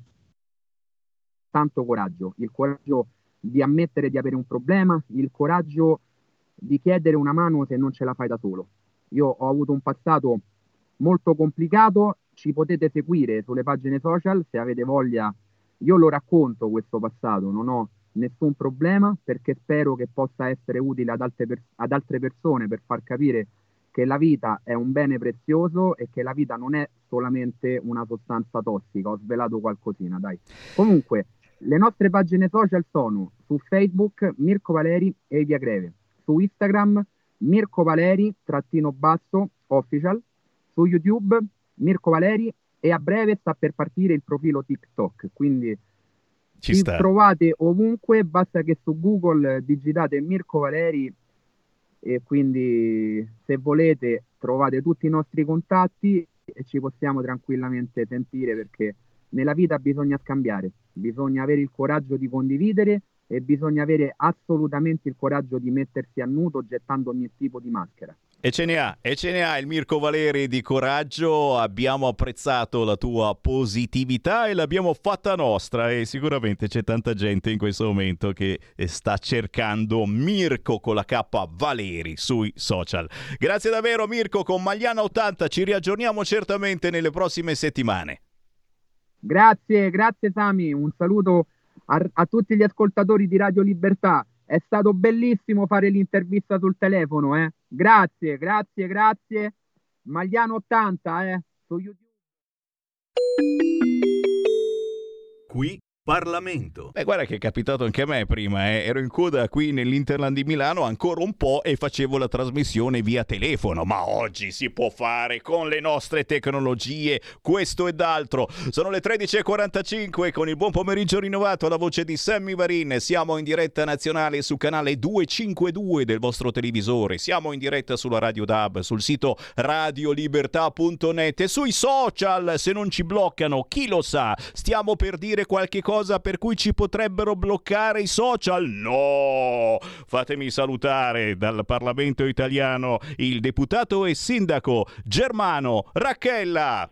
tanto coraggio, il coraggio di ammettere di avere un problema, il coraggio di chiedere una mano se non ce la fai da solo, io ho avuto un passato molto complicato, ci potete seguire sulle pagine social se avete voglia. Io lo racconto questo passato, non ho nessun problema, perché spero che possa essere utile ad altre persone per far capire che la vita è un bene prezioso e che la vita non è solamente una sostanza tossica. Ho svelato qualcosina, dai. Comunque, le nostre pagine social sono su Facebook Mirko Valeri e Via Greve, su Instagram Mirko Valeri _official, su YouTube Mirko Valeri, e a breve sta per partire il profilo TikTok, quindi ci trovate ovunque, basta che su Google digitate Mirko Valeri e quindi se volete trovate tutti i nostri contatti e ci possiamo tranquillamente sentire, perché nella vita bisogna scambiare, bisogna avere il coraggio di condividere e bisogna avere assolutamente il coraggio di mettersi a nudo gettando ogni tipo di maschera. E ce ne ha il Mirko Valeri di coraggio. Abbiamo apprezzato la tua positività e l'abbiamo fatta nostra, e sicuramente c'è tanta gente in questo momento che sta cercando Mirko con la K Valeri sui social. Grazie davvero Mirko, con Magliana 80 ci riaggiorniamo certamente nelle prossime settimane. Grazie Sami, un saluto a tutti gli ascoltatori di Radio Libertà. È stato bellissimo fare l'intervista sul telefono, eh. Grazie. Magliano 80, su YouTube. Qui Parlamento. Guarda che è capitato anche a me prima, ero in coda qui nell'Interland di Milano ancora un po' e facevo la trasmissione via telefono, ma oggi si può fare con le nostre tecnologie, questo ed altro. Sono le 13:45 con il buon pomeriggio rinnovato alla voce di Sammy Varin. Siamo in diretta nazionale su canale 252 del vostro televisore, siamo in diretta sulla Radio DAB, sul sito radiolibertà.net e sui social, se non ci bloccano, chi lo sa, stiamo per dire qualche cosa per cui ci potrebbero bloccare i social? No! Fatemi salutare dal Parlamento italiano il deputato e sindaco Germano Racchella.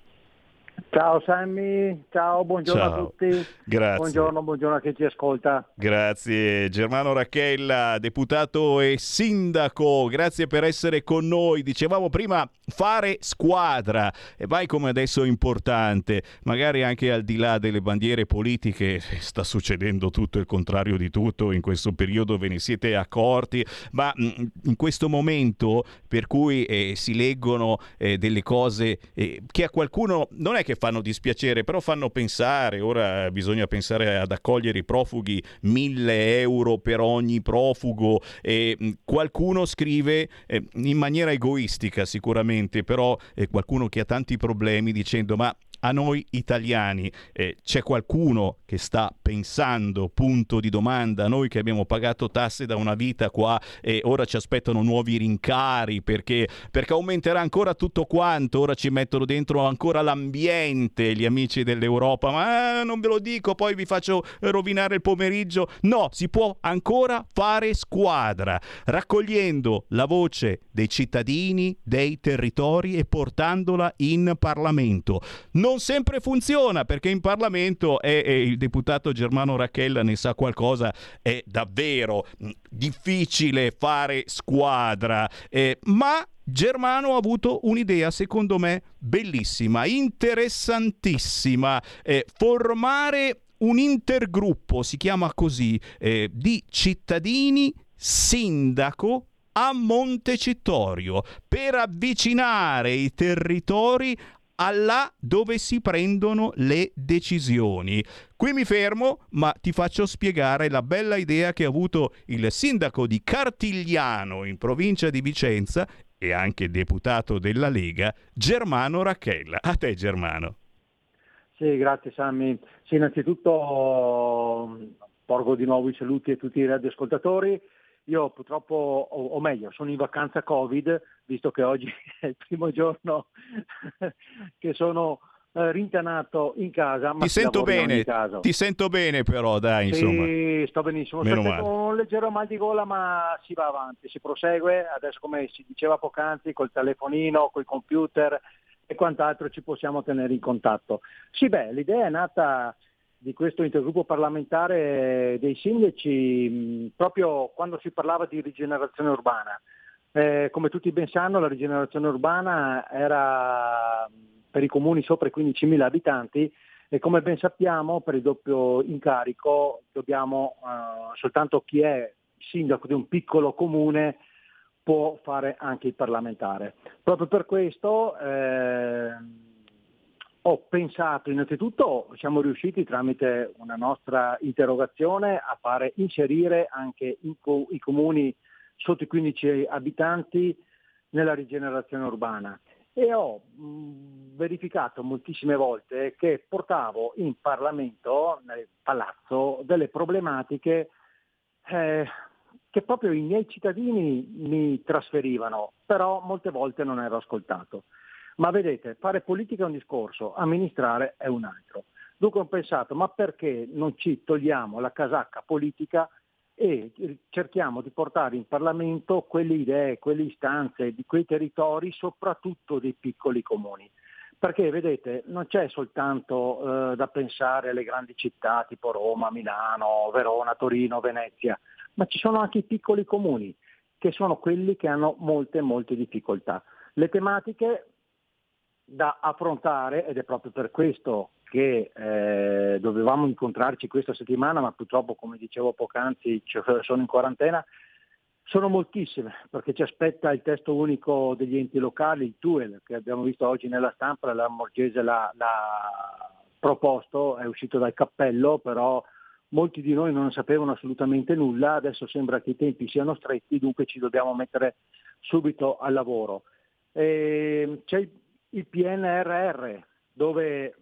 Ciao Sammy, buongiorno a tutti. Grazie. Buongiorno a chi ci ascolta. Grazie Germano Racchella, deputato e sindaco, grazie per essere con noi. Dicevamo prima, fare squadra, e mai come adesso è importante, magari anche al di là delle bandiere politiche. Sta succedendo tutto il contrario di tutto in questo periodo, ve ne siete accorti, ma in questo momento per cui si leggono delle cose che a qualcuno non è che fanno dispiacere, però fanno pensare. Ora bisogna pensare ad accogliere i profughi, 1.000 euro per ogni profugo, e qualcuno scrive in maniera egoistica sicuramente, però qualcuno che ha tanti problemi, dicendo: ma a noi italiani c'è qualcuno che sta pensando, punto di domanda, noi che abbiamo pagato tasse da una vita qua e ora ci aspettano nuovi rincari perché aumenterà ancora tutto quanto, ora ci mettono dentro ancora l'ambiente gli amici dell'Europa, ma non ve lo dico, poi vi faccio rovinare il pomeriggio. No, si può ancora fare squadra, raccogliendo la voce dei cittadini, dei territori e portandola in Parlamento. Non sempre funziona, perché in Parlamento, il deputato Germano Racchella ne sa qualcosa, è davvero difficile fare squadra, ma Germano ha avuto un'idea secondo me bellissima, interessantissima, formare un intergruppo, si chiama così, di cittadini sindaco a Montecitorio, per avvicinare i territori a là dove si prendono le decisioni. Qui mi fermo, ma ti faccio spiegare la bella idea che ha avuto il sindaco di Cartigliano in provincia di Vicenza e anche deputato della Lega, Germano Racchella. A te Germano. Sì, grazie Sammy. Sì, innanzitutto porgo di nuovo i saluti a tutti i radioascoltatori. Io purtroppo, o meglio, sono in vacanza Covid, visto che oggi è il primo giorno che sono rintannato in casa. Ma ti sento bene però, dai, insomma. Sì, sto benissimo. Sto con un leggero mal di gola, ma si va avanti, si prosegue. Adesso, come si diceva poc'anzi, col telefonino, col computer e quant'altro ci possiamo tenere in contatto. Sì, l'idea è nata di questo intergruppo parlamentare dei sindaci proprio quando si parlava di rigenerazione urbana. Come tutti ben sanno, la rigenerazione urbana era per i comuni sopra i 15.000 abitanti e come ben sappiamo per il doppio incarico dobbiamo soltanto chi è sindaco di un piccolo comune può fare anche il parlamentare. Proprio per questo ho pensato, innanzitutto siamo riusciti tramite una nostra interrogazione a fare inserire anche i comuni sotto i 15 abitanti nella rigenerazione urbana e ho verificato moltissime volte che portavo in Parlamento, nel palazzo, delle problematiche che proprio i miei cittadini mi trasferivano, però molte volte non ero ascoltato. Ma vedete, fare politica è un discorso, amministrare è un altro. Dunque ho pensato, ma perché non ci togliamo la casacca politica e cerchiamo di portare in Parlamento quelle idee, quelle istanze di quei territori, soprattutto dei piccoli comuni. Perché vedete, non c'è soltanto da pensare alle grandi città tipo Roma, Milano, Verona, Torino, Venezia, ma ci sono anche i piccoli comuni, che sono quelli che hanno molte difficoltà. Le tematiche da affrontare, ed è proprio per questo che dovevamo incontrarci questa settimana, ma purtroppo, come dicevo poc'anzi, sono in quarantena, sono moltissime, perché ci aspetta il testo unico degli enti locali, il TUEL, che abbiamo visto oggi nella stampa, la Morgese l'ha proposto, è uscito dal cappello, però molti di noi non sapevano assolutamente nulla, adesso sembra che i tempi siano stretti, dunque ci dobbiamo mettere subito al lavoro. C'è il PNRR, dove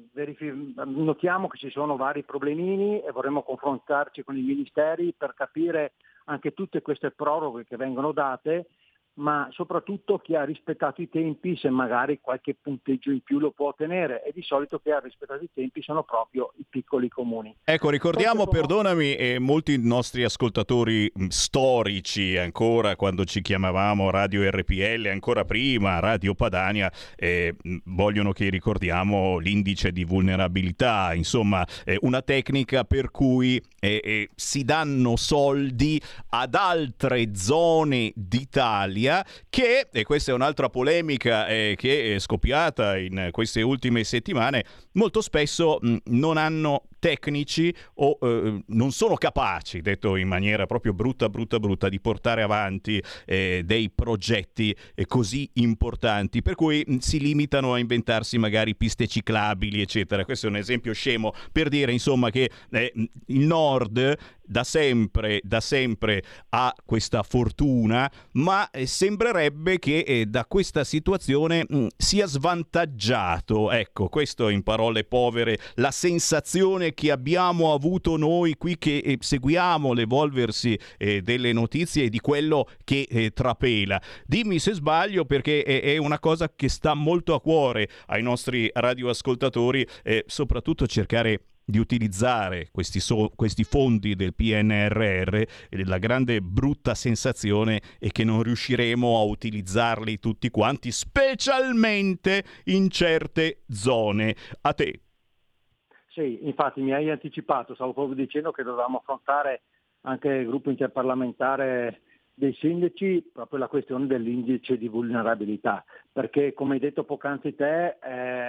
notiamo che ci sono vari problemini e vorremmo confrontarci con i ministeri per capire anche tutte queste proroghe che vengono date, ma soprattutto chi ha rispettato i tempi, se magari qualche punteggio in più lo può ottenere, e di solito chi ha rispettato i tempi sono proprio i piccoli comuni. Ecco, ricordiamo, perdonami, molti nostri ascoltatori storici, ancora quando ci chiamavamo Radio RPL, ancora prima Radio Padania, vogliono che ricordiamo l'indice di vulnerabilità, insomma una tecnica per cui si danno soldi ad altre zone d'Italia che, e questa è un'altra polemica che è scoppiata in queste ultime settimane, molto spesso non hanno tecnici o non sono capaci, detto in maniera proprio brutta, di portare avanti dei progetti così importanti, per cui si limitano a inventarsi magari piste ciclabili, eccetera. Questo è un esempio scemo per dire, insomma, che il Nord da sempre ha questa fortuna, ma sembrerebbe che da questa situazione sia svantaggiato. Ecco, questo in parole povere, la sensazione che abbiamo avuto noi qui che seguiamo l'evolversi delle notizie e di quello che trapela. Dimmi se sbaglio, perché è una cosa che sta molto a cuore ai nostri radioascoltatori, soprattutto cercare di utilizzare questi fondi del PNRR. La grande brutta sensazione è che non riusciremo a utilizzarli tutti quanti, specialmente in certe zone. A te. Sì, infatti mi hai anticipato, stavo proprio dicendo che dovevamo affrontare anche il gruppo interparlamentare dei sindaci proprio la questione dell'indice di vulnerabilità, perché come hai detto poc'anzi te,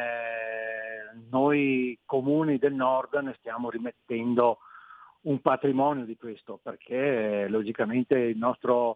noi comuni del nord ne stiamo rimettendo un patrimonio di questo, perché logicamente il nostro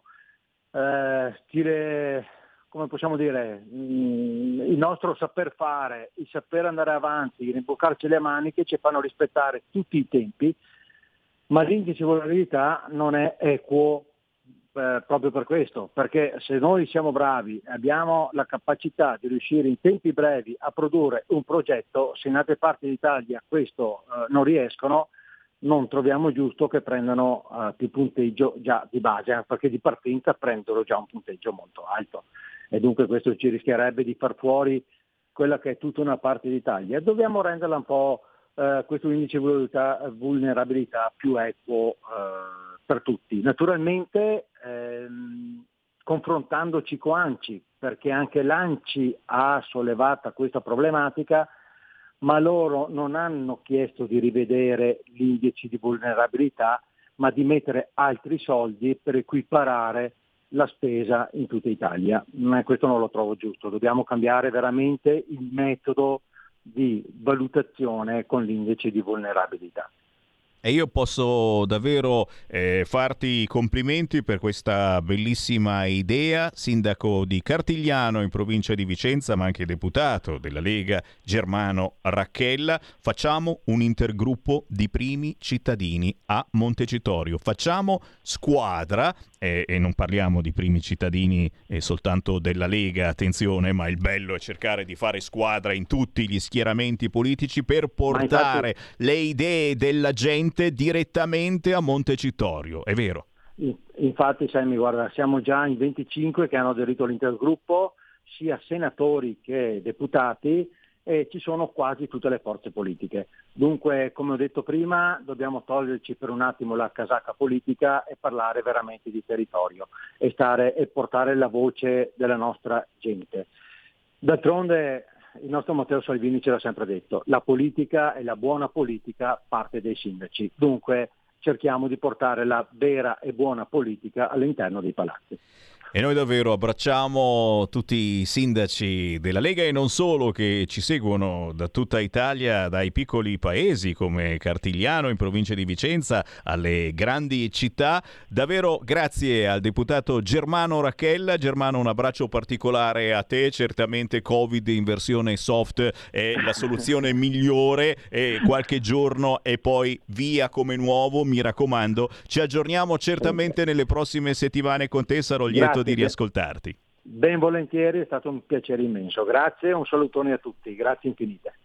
stile, come possiamo dire, il nostro saper fare, il saper andare avanti, rimboccarci le maniche ci fanno rispettare tutti i tempi, ma l'indice di vulnerabilità non è equo proprio per questo, perché se noi siamo bravi e abbiamo la capacità di riuscire in tempi brevi a produrre un progetto, se in altre parti d'Italia questo non riescono, non troviamo giusto che prendano più punteggio già di base, perché di partenza prendono già un punteggio molto alto. E dunque questo ci rischierebbe di far fuori quella che è tutta una parte d'Italia. Dobbiamo renderla un po' questo indice di vulnerabilità più equo per tutti. Naturalmente confrontandoci con ANCI, perché anche l'ANCI ha sollevato questa problematica, ma loro non hanno chiesto di rivedere l'indice di vulnerabilità, ma di mettere altri soldi per equiparare la spesa in tutta Italia. Questo non lo trovo giusto, dobbiamo cambiare veramente il metodo di valutazione con l'indice di vulnerabilità. E io posso davvero farti i complimenti per questa bellissima idea, sindaco di Cartigliano in provincia di Vicenza, ma anche deputato della Lega Germano Racchella. Facciamo un intergruppo di primi cittadini a Montecitorio. Facciamo squadra e non parliamo di primi cittadini soltanto della Lega, attenzione, ma il bello è cercare di fare squadra in tutti gli schieramenti politici per portare le idee della gente direttamente a Montecitorio, è vero? Infatti, Sammy, guarda, siamo già in 25 che hanno aderito all'intergruppo, sia senatori che deputati, e ci sono quasi tutte le forze politiche. Dunque, come ho detto prima, dobbiamo toglierci per un attimo la casacca politica e parlare veramente di territorio e portare la voce della nostra gente. D'altronde il nostro Matteo Salvini ce l'ha sempre detto, la politica e la buona politica parte dai sindaci, dunque cerchiamo di portare la vera e buona politica all'interno dei palazzi. E noi davvero abbracciamo tutti i sindaci della Lega e non solo, che ci seguono da tutta Italia, dai piccoli paesi come Cartigliano in provincia di Vicenza alle grandi città. Davvero grazie al deputato Germano Racchella. Germano, un abbraccio particolare a te, certamente Covid in versione soft è la soluzione migliore, e qualche giorno e poi via come nuovo, mi raccomando. Ci aggiorniamo certamente nelle prossime settimane con te, sarò lieto di riascoltarti. Ben volentieri, è stato un piacere immenso. Grazie, un salutone a tutti, grazie infinite.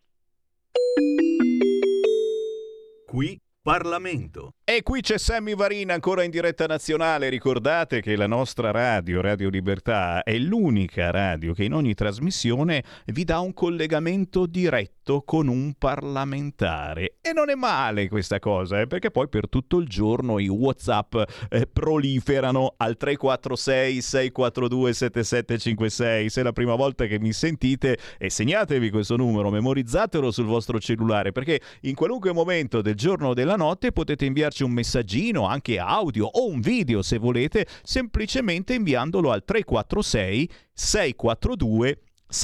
Qui Parlamento. E qui c'è Sammy Varin ancora in diretta nazionale. Ricordate che la nostra radio, Radio Libertà, è l'unica radio che in ogni trasmissione vi dà un collegamento diretto con un parlamentare. E non è male questa cosa, perché poi per tutto il giorno i WhatsApp proliferano al 346 642 7756. Se è la prima volta che mi sentite, segnatevi questo numero, memorizzatelo sul vostro cellulare, perché in qualunque momento del giorno o della notte potete inviarci un messaggino, anche audio o un video se volete, semplicemente inviandolo al 346 642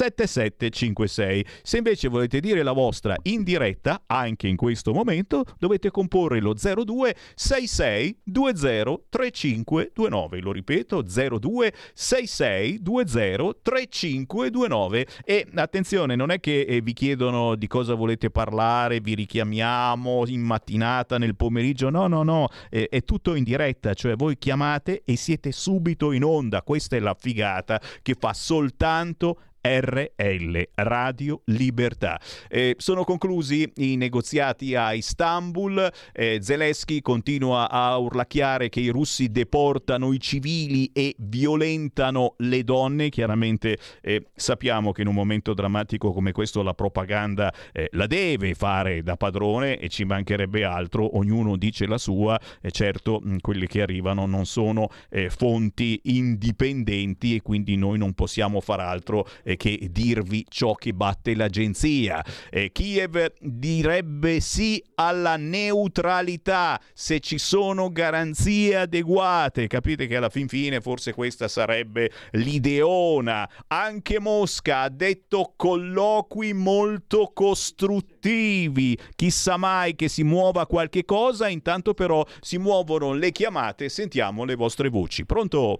7756. Se invece volete dire la vostra in diretta, anche in questo momento, dovete comporre lo 02 66 20 3529. Lo ripeto, 02 66 20 3529. E attenzione, non è che vi chiedono di cosa volete parlare, vi richiamiamo in mattinata, nel pomeriggio, no, è tutto in diretta, cioè voi chiamate e siete subito in onda. Questa è la figata che fa soltanto RL, Radio Libertà. Sono conclusi i negoziati a Istanbul. Zelensky continua a urlacchiare che i russi deportano i civili e violentano le donne. Chiaramente sappiamo che in un momento drammatico come questo la propaganda la deve fare da padrone, e ci mancherebbe altro, ognuno dice la sua. Certo, quelle che arrivano non sono fonti indipendenti, e quindi noi non possiamo far altro che dirvi ciò che batte l'agenzia. Kiev direbbe sì alla neutralità se ci sono garanzie adeguate. Capite che alla fin fine forse questa sarebbe l'ideona. Anche Mosca ha detto colloqui molto costruttivi. Chissà mai che si muova qualche cosa, intanto però si muovono le chiamate. Sentiamo le vostre voci. Pronto?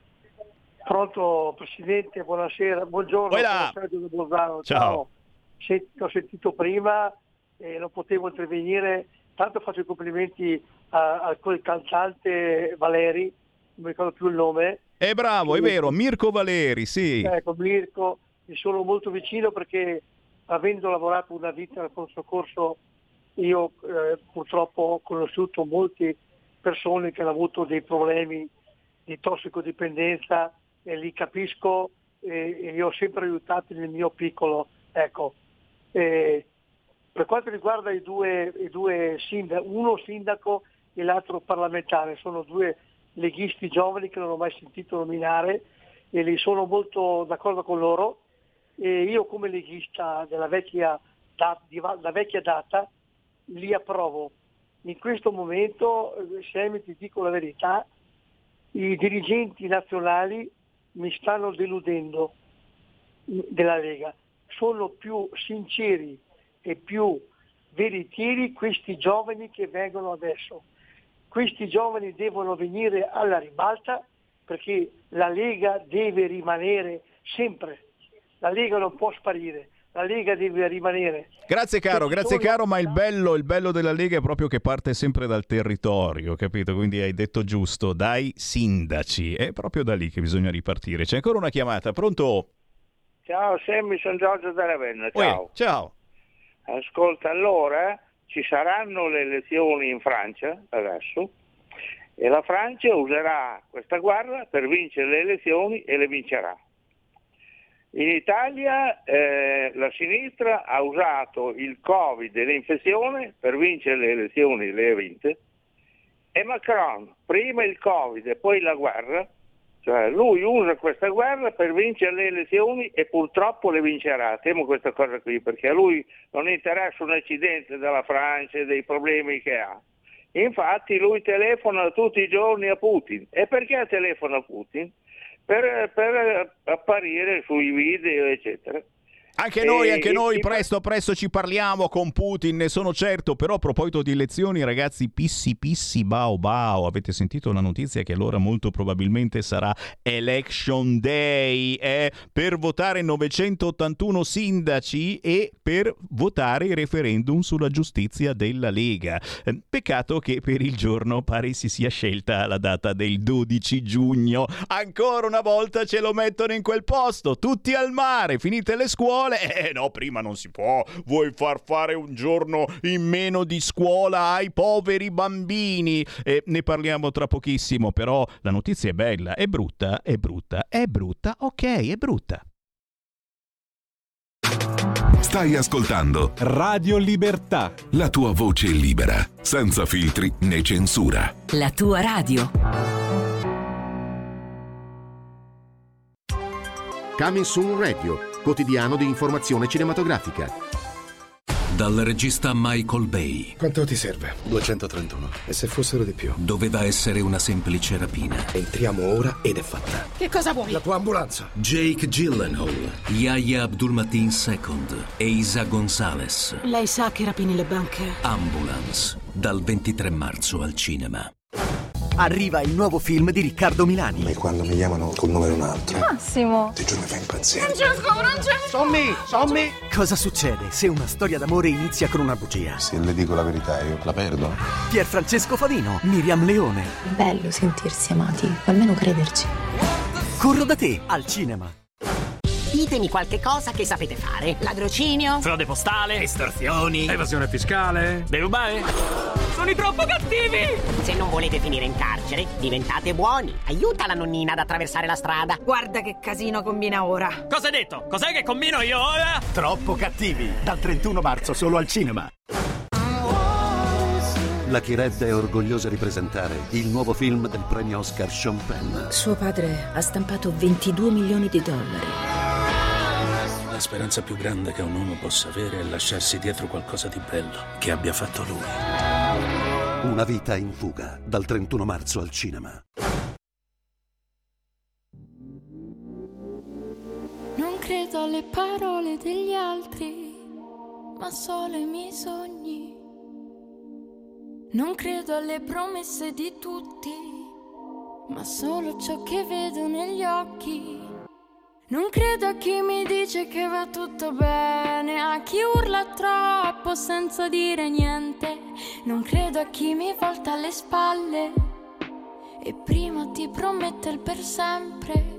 Pronto Presidente, buonasera, buongiorno, sono Sergio De Bolzano. Ciao. L'ho sentito prima e non potevo intervenire, tanto faccio i complimenti a quel cantante Valeri, non mi ricordo più il nome. È bravo, è vero, Mirko Valeri, sì. Ecco, Mirko, mi sono molto vicino perché avendo lavorato una vita nel pronto soccorso, io purtroppo ho conosciuto molte persone che hanno avuto dei problemi di tossicodipendenza, e li capisco, e li ho sempre aiutati nel mio piccolo. Ecco, per quanto riguarda i due sindaci, uno sindaco e l'altro parlamentare, sono due leghisti giovani che non ho mai sentito nominare, e li sono molto d'accordo con loro, e io come leghista della vecchia data li approvo. In questo momento, se ti dico la verità, i dirigenti nazionali mi stanno deludendo della Lega. Sono più sinceri e più veritieri questi giovani che vengono adesso. Questi giovani devono venire alla ribalta, perché la Lega deve rimanere sempre. La Lega non può sparire. La Lega deve rimanere. Grazie caro, ma il bello della Lega è proprio che parte sempre dal territorio, capito? Quindi hai detto giusto, dai sindaci, è proprio da lì che bisogna ripartire. C'è ancora una chiamata, pronto? Ciao Sammy, sono Giorgio da Ravenna, ciao. Ciao. Ascolta, allora ci saranno le elezioni in Francia adesso e la Francia userà questa guerra per vincere le elezioni e le vincerà. In Italia la sinistra ha usato il Covid e l'infezione per vincere le elezioni, le ha vinte, e Macron, prima il Covid e poi la guerra, cioè lui usa questa guerra per vincere le elezioni e purtroppo le vincerà. Temo questa cosa qui, perché a lui non interessa un accidente della Francia e dei problemi che ha. Infatti lui telefona tutti i giorni a Putin. E perché telefona a Putin? Per apparire sui video eccetera. Anche noi presto ci parliamo con Putin, ne sono certo. Però a proposito di elezioni, ragazzi, pissi bao bao, avete sentito la notizia che allora molto probabilmente sarà election day per votare 981 sindaci e per votare il referendum sulla giustizia della Lega. Peccato che per il giorno pare si sia scelta la data del 12 giugno. Ancora una volta ce lo mettono in quel posto, tutti al mare, finite le scuole. No, prima non si può. Vuoi far fare un giorno in meno di scuola ai poveri bambini? Ne parliamo tra pochissimo, però la notizia è bella, è brutta, ok, è brutta. Stai ascoltando Radio Libertà, la tua voce libera, senza filtri né censura. La tua radio. Coming Soon Radio, quotidiano di informazione cinematografica. Dal regista Michael Bay. Quanto ti serve? 231. E se fossero di più? Doveva essere una semplice rapina. Entriamo ora ed è fatta. Che cosa vuoi? La tua ambulanza. Jake Gyllenhaal, Yahya Abdul-Mateen II e Isa Gonzalez. Lei sa che rapini le banche? Ambulance, dal 23 marzo al cinema. Arriva il nuovo film di Riccardo Milani. E quando mi chiamano col nome di un altro, Massimo, ti giuro mi fa impazzire. Francesco! Sommi! Cosa succede se una storia d'amore inizia con una bugia? Se le dico la verità io la perdo. Pierfrancesco Favino, Miriam Leone. È bello sentirsi amati, o almeno crederci. Corro da te, al cinema. Ditemi qualche cosa che sapete fare. Ladrocinio? Frode postale? Estorsioni? Evasione fiscale? Derubare? Sono i troppo cattivi! Se non volete finire in carcere, diventate buoni. Aiuta la nonnina ad attraversare la strada. Guarda che casino combina ora. Cosa hai detto? Cos'è che combino io ora? Troppo cattivi, dal 31 marzo solo al cinema. La Chired è orgogliosa di presentare il nuovo film del premio Oscar Sean Penn. Suo padre ha stampato $22 milioni. La speranza più grande che un uomo possa avere è lasciarsi dietro qualcosa di bello che abbia fatto lui. Una vita in fuga, dal 31 marzo al cinema. Non credo alle parole degli altri, ma solo ai miei sogni. Non credo alle promesse di tutti, ma solo ciò che vedo negli occhi. Non credo a chi mi dice che va tutto bene, a chi urla troppo senza dire niente. Non credo a chi mi volta le spalle e prima ti promette il per sempre.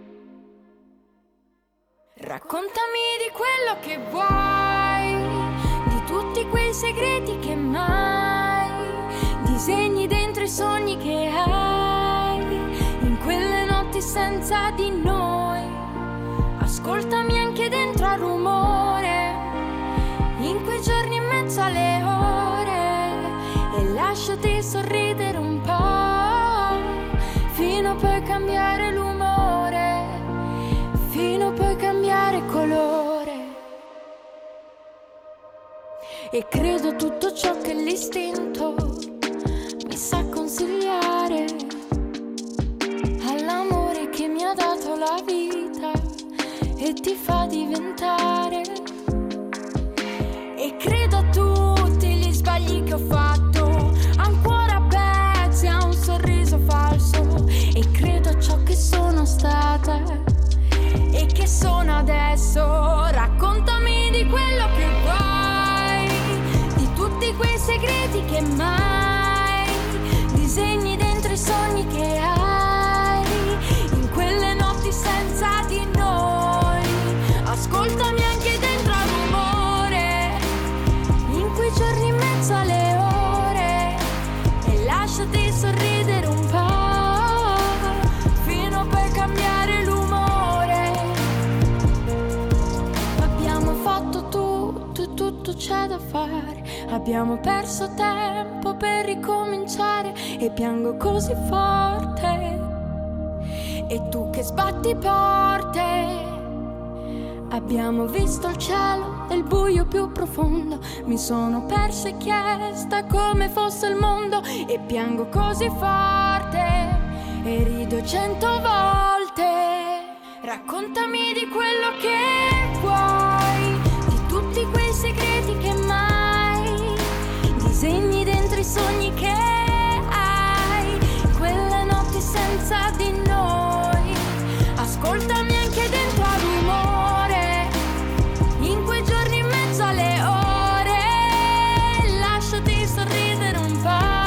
Raccontami di quello che vuoi, di tutti quei segreti che mai disegni dentro i sogni che hai, in quelle notti senza di noi. Ascoltami anche dentro al rumore, in quei giorni in mezzo alle ore, e lasciati sorridere un po', fino a poi cambiare l'umore, fino a poi cambiare colore. E credo a tutto ciò che l'istinto mi sa consigliare. e ti fa diventare. E credo a tutti gli sbagli che ho fatto, ancora a pezzi, a un sorriso falso. E credo a ciò che sono stata e che sono adesso. Raccontami di quello che vuoi, di tutti quei segreti che mai disegni dentro i sogni che hai, in quelle notti senza di noi. Ascoltami anche dentro al rumore, in quei giorni in mezzo alle ore, e lasciati sorridere un po' fino a poi cambiare l'umore. Abbiamo fatto tutto e tutto c'è da fare, abbiamo perso tempo per ricominciare, e piango così forte, e tu che sbatti porte. Abbiamo visto il cielo e il buio più profondo, mi sono persa e chiesta come fosse il mondo, e piango così forte e rido 100 volte. Raccontami di quello che vuoi, di tutti quei segreti che mai disegni dentro i sogni che hai, quelle notti senza di noi. Ascoltami anche dentro al rumore, in quei giorni in mezzo alle ore, lasciati sorridere un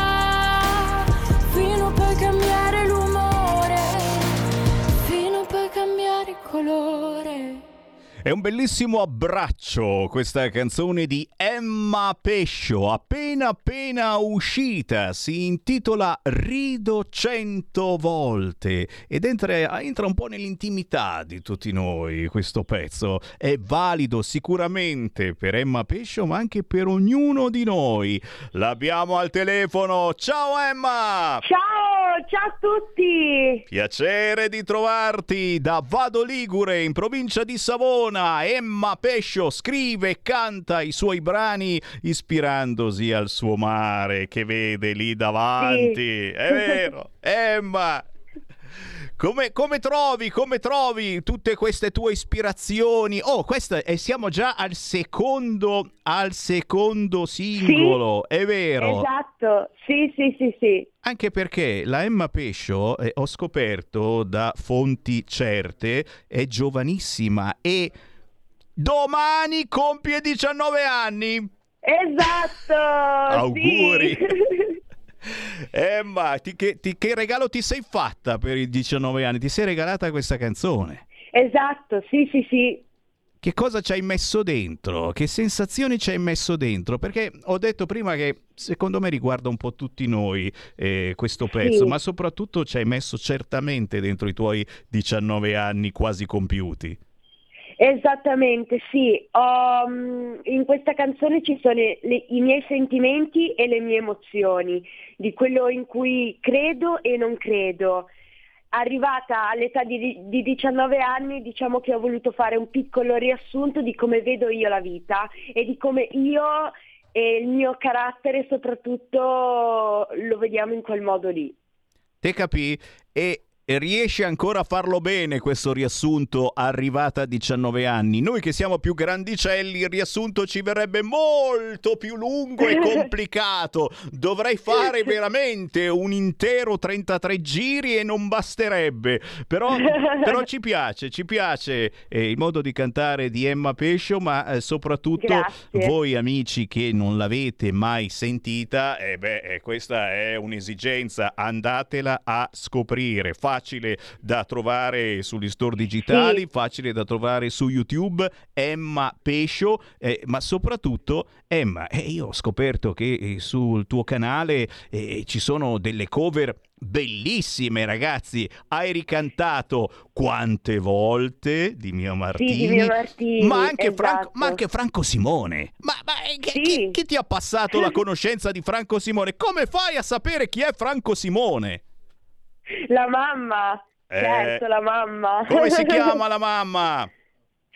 po' fino a poi cambiare l'umore, fino a poi cambiare colore. È un bellissimo abbraccio questa canzone di Emma Pescio, appena uscita, si intitola Rido 100 volte ed entra un po' nell'intimità di tutti noi. Questo pezzo è valido sicuramente per Emma Pescio, ma anche per ognuno di noi. L'abbiamo al telefono. Ciao Emma! Ciao a tutti! Piacere di trovarti da Vado Ligure, in provincia di Savona. Emma Pescio scrive e canta i suoi brani ispirandosi al suo mare che vede lì davanti. Sì. È vero, Emma! Come trovi tutte queste tue ispirazioni? Oh, siamo già al secondo singolo, sì, è vero? Esatto, sì. Anche perché la Emma Pescio, ho scoperto da fonti certe, è giovanissima e domani compie 19 anni. Esatto! Auguri! Sì. Emma, che regalo ti sei fatta per i 19 anni? Ti sei regalata questa canzone? Esatto, sì. Che cosa ci hai messo dentro? Che sensazioni ci hai messo dentro? Perché ho detto prima che secondo me riguarda un po' tutti noi questo pezzo, sì, ma soprattutto ci hai messo certamente dentro i tuoi 19 anni quasi compiuti. Esattamente, sì. In questa canzone ci sono i miei sentimenti e le mie emozioni, di quello in cui credo e non credo. Arrivata all'età di 19 anni, diciamo che ho voluto fare un piccolo riassunto di come vedo io la vita e di come io e il mio carattere soprattutto lo vediamo in quel modo lì. Te capì? E riesci ancora a farlo bene questo riassunto arrivata a 19 anni? Noi che siamo più grandicelli il riassunto ci verrebbe molto più lungo e complicato. Dovrei fare veramente un intero 33 giri e non basterebbe. Però ci piace il modo di cantare di Emma Pescio, ma soprattutto grazie. Voi amici che non l'avete mai sentita, questa è un'esigenza, andatela a scoprire. Facile da trovare sugli store digitali, sì, facile da trovare su YouTube, Emma Pescio, ma soprattutto Emma, io ho scoperto che sul tuo canale ci sono delle cover bellissime, ragazzi. Hai ricantato Quante volte di Mio Martini, sì, di Mio Martini, ma anche, esatto. ma anche Franco Simone. Sì. Chi ti ha passato la conoscenza di Franco Simone? Come fai a sapere chi è Franco Simone? La mamma, certo, la mamma. Come si chiama la mamma?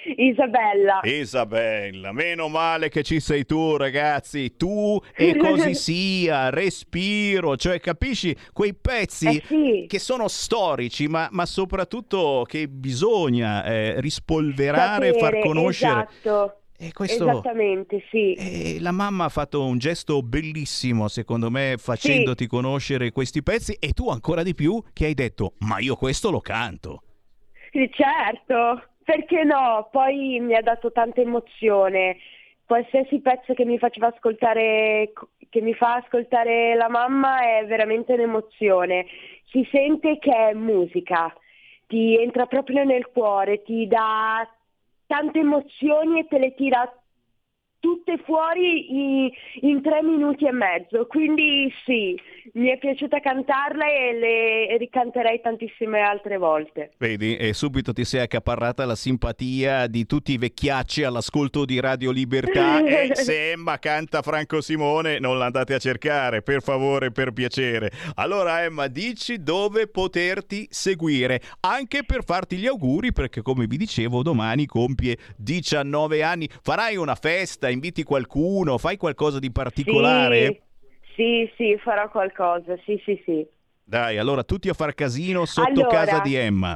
Isabella, meno male che ci sei tu, ragazzi, tu e così sia, respiro, cioè capisci quei pezzi che sono storici, ma soprattutto che bisogna rispolverare, far conoscere. Esatto. E questo, esattamente, sì. La mamma ha fatto un gesto bellissimo, secondo me, facendoti conoscere questi pezzi, e tu ancora di più che hai detto, ma io questo lo canto. Sì, certo, perché no? Poi mi ha dato tanta emozione. Qualsiasi pezzo che mi faceva ascoltare, che mi fa ascoltare la mamma, è veramente un'emozione. Si sente che è musica, ti entra proprio nel cuore, ti dà tante emozioni e te le tira tutte fuori in 3 minuti e mezzo, quindi sì, mi è piaciuta cantarla e le ricanterei tantissime altre volte. Vedi, e subito ti sei accaparrata la simpatia di tutti i vecchiacci all'ascolto di Radio Libertà. E se Emma canta Franco Simone, non l'andate a cercare, per favore, per piacere. Allora Emma, dici dove poterti seguire, anche per farti gli auguri, perché come vi dicevo domani compie 19 anni. Farai una festa, inviti qualcuno, fai qualcosa di particolare? Sì, farò qualcosa, sì. Dai, allora tutti a far casino sotto casa di Emma.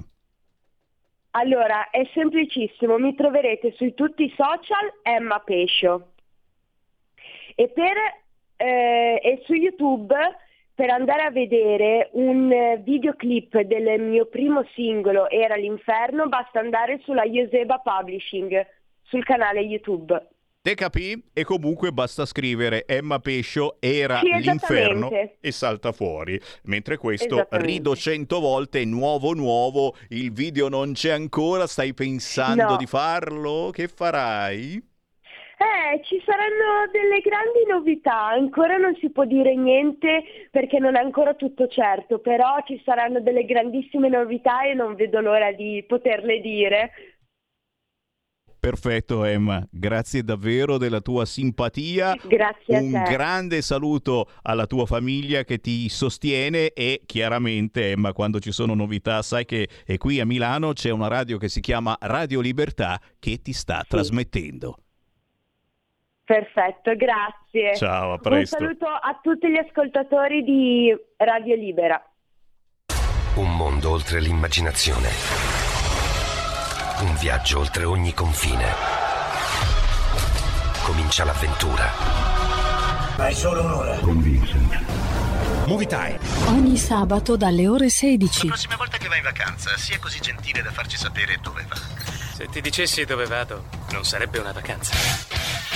Allora, è semplicissimo, mi troverete su tutti i social Emma Pescio. E su YouTube, per andare a vedere un videoclip del mio primo singolo, Era l'inferno, basta andare sulla Yoseba Publishing, sul canale YouTube. Te capì? E comunque basta scrivere Emma Pescio, Era l'inferno, e salta fuori. Mentre questo rido 100 volte, nuovo, il video non c'è ancora, stai pensando di farlo? Che farai? Ci saranno delle grandi novità, ancora non si può dire niente perché non è ancora tutto certo, però ci saranno delle grandissime novità e non vedo l'ora di poterle dire. Perfetto Emma, grazie davvero della tua simpatia. Grazie a te. Un grande saluto alla tua famiglia che ti sostiene, e chiaramente Emma, quando ci sono novità, sai che qui a Milano c'è una radio che si chiama Radio Libertà che ti sta trasmettendo. Perfetto, grazie. Ciao, a presto. Un saluto a tutti gli ascoltatori di Radio Libera. Un mondo oltre l'immaginazione. Un viaggio oltre ogni confine. Comincia l'avventura. Hai solo un'ora. Con Vincent. Movie Time. Ogni sabato dalle ore 16. La prossima volta che vai in vacanza, sia così gentile da farci sapere dove va. Se ti dicessi dove vado, non sarebbe una vacanza.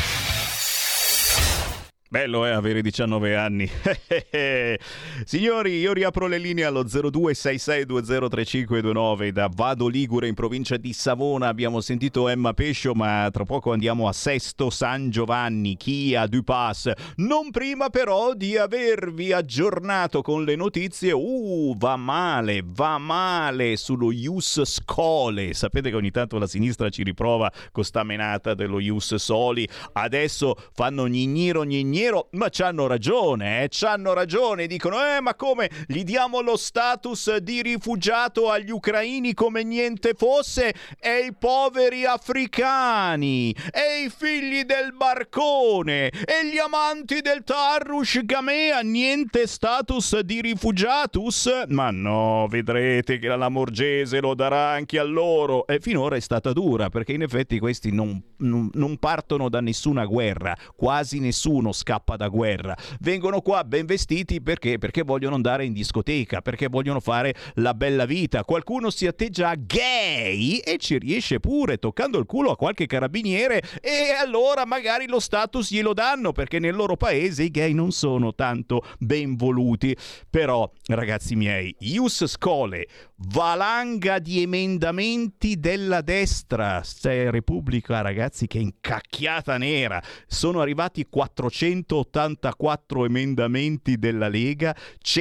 Bello avere 19 anni. Signori, io riapro le linee allo 0266203529 da Vado Ligure, in provincia di Savona. Abbiamo sentito Emma Pescio, ma tra poco andiamo a Sesto San Giovanni, Chia Dupas. Non prima però di avervi aggiornato con le notizie. Va male sullo Ius Scholae. Sapete che ogni tanto la sinistra ci riprova con sta menata dello Ius Soli. Adesso fanno gnigniro, ma c'hanno ragione, dicono ma come gli diamo lo status di rifugiato agli ucraini come niente fosse, e i poveri africani, e i figli del barcone, e gli amanti del Tarush Gamea, niente status di rifugiatus? Ma no, vedrete che la Lamorgese lo darà anche a loro. E finora è stata dura, perché in effetti questi non partono da nessuna guerra, quasi nessuno scappa da guerra, vengono qua ben vestiti perché vogliono andare in discoteca, perché vogliono fare la bella vita. Qualcuno si atteggia gay e ci riesce pure, toccando il culo a qualche carabiniere, e allora magari lo status glielo danno, perché nel loro paese i gay non sono tanto ben voluti. Però ragazzi miei, Ius Scholae, valanga di emendamenti della destra, Repubblica, ragazzi, che è incacchiata nera, sono arrivati 400 184 emendamenti della Lega,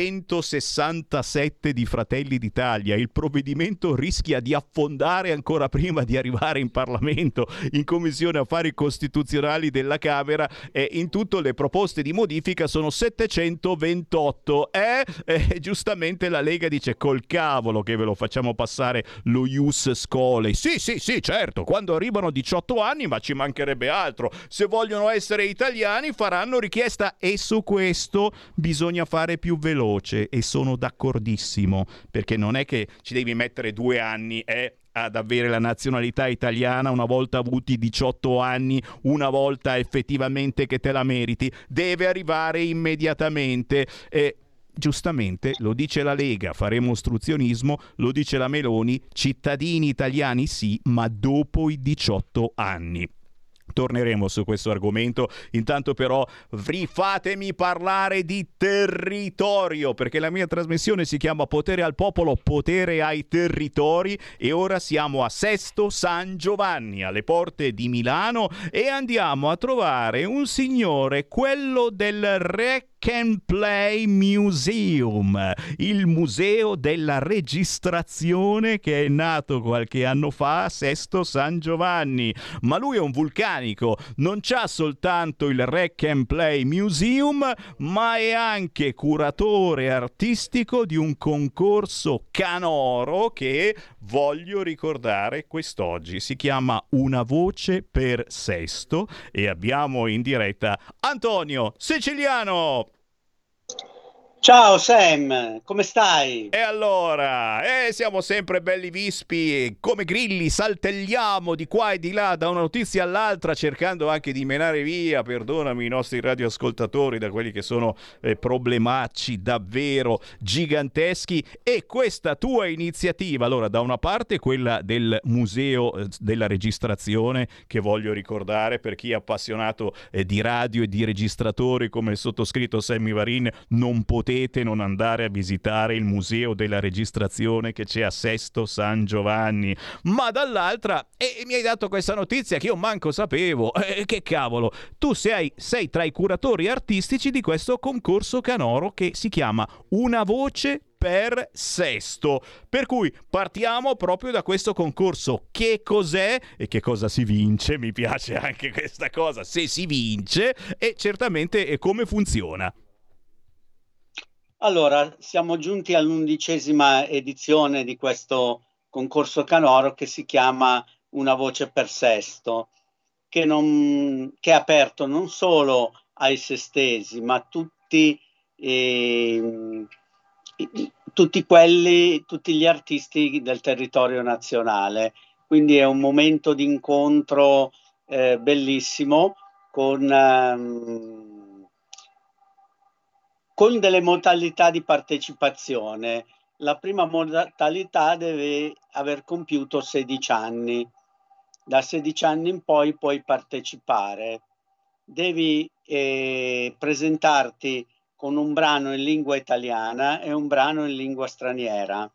167 di Fratelli d'Italia. Il provvedimento rischia di affondare ancora prima di arrivare in Parlamento, in Commissione Affari Costituzionali della Camera, e in tutto le proposte di modifica sono 728. Giustamente la Lega dice: col cavolo che ve lo facciamo passare lo ius scholae. Sì, certo, quando arrivano 18 anni, ma ci mancherebbe altro. Se vogliono essere italiani faranno richiesta, e su questo bisogna fare più veloce, e sono d'accordissimo, perché non è che ci devi mettere 2 anni ad avere la nazionalità italiana una volta avuti 18 anni, una volta effettivamente che te la meriti, deve arrivare immediatamente. Giustamente lo dice la Lega, faremo ostruzionismo, lo dice la Meloni, cittadini italiani sì, ma dopo i 18 anni. Torneremo su questo argomento. Intanto però rifatemi parlare di territorio, perché la mia trasmissione si chiama Potere al Popolo, potere ai territori, e ora siamo a Sesto San Giovanni, alle porte di Milano, e andiamo a trovare un signore, quello del Rec and Play Museum, il museo della registrazione, che è nato qualche anno fa a Sesto San Giovanni. Ma lui è un vulcanico, non c'ha soltanto il Rec and Play Museum, ma è anche curatore artistico di un concorso canoro che voglio ricordare quest'oggi. Si chiama Una voce per Sesto, e abbiamo in diretta Antonio Siciliano. Ciao Sam, come stai? E allora, siamo sempre belli vispi, come grilli, saltelliamo di qua e di là, da una notizia all'altra, cercando anche di menare via, perdonami i nostri radioascoltatori, da quelli che sono problemacci davvero giganteschi. E questa tua iniziativa, allora, da una parte quella del museo della registrazione, che voglio ricordare per chi è appassionato di radio e di registratori come il sottoscritto Sammy Varin, non potete non andare a visitare il museo della registrazione che c'è a Sesto San Giovanni. Ma dall'altra, mi hai dato questa notizia che io manco sapevo, che cavolo, tu sei tra i curatori artistici di questo concorso canoro che si chiama Una voce per Sesto. Per cui partiamo proprio da questo concorso. Che cos'è e che cosa si vince? Mi piace anche questa cosa, se si vince, e certamente come funziona. Allora, siamo giunti all'11ª edizione di questo concorso canoro che si chiama Una voce per Sesto, che è aperto non solo ai sestesi, ma tutti gli artisti del territorio nazionale. Quindi è un momento di incontro bellissimo con delle modalità di partecipazione. La prima modalità deve aver compiuto 16 anni. Da 16 anni in poi puoi partecipare. Devi presentarti con un brano in lingua italiana e un brano in lingua straniera.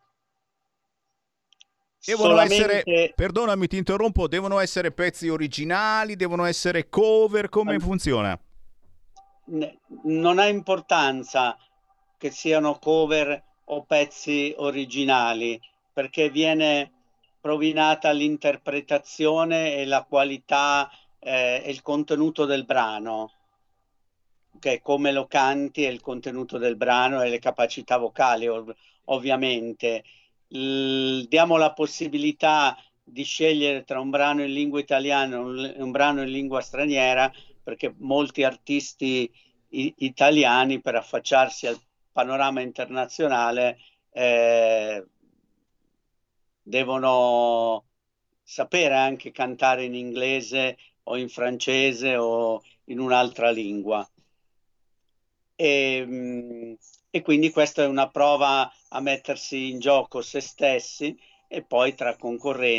Devono essere, perdonami ti interrompo, devono essere pezzi originali, devono essere cover, come funziona? Non ha importanza che siano cover o pezzi originali, perché viene rovinata l'interpretazione e la qualità e il contenuto del brano, che come lo canti è il contenuto del brano e le capacità vocali, ovviamente. Diamo la possibilità di scegliere tra un brano in lingua italiana e un brano in lingua straniera, perché molti artisti italiani, per affacciarsi al panorama internazionale, devono sapere anche cantare in inglese o in francese o in un'altra lingua. E quindi questa è una prova a mettersi in gioco se stessi e poi tra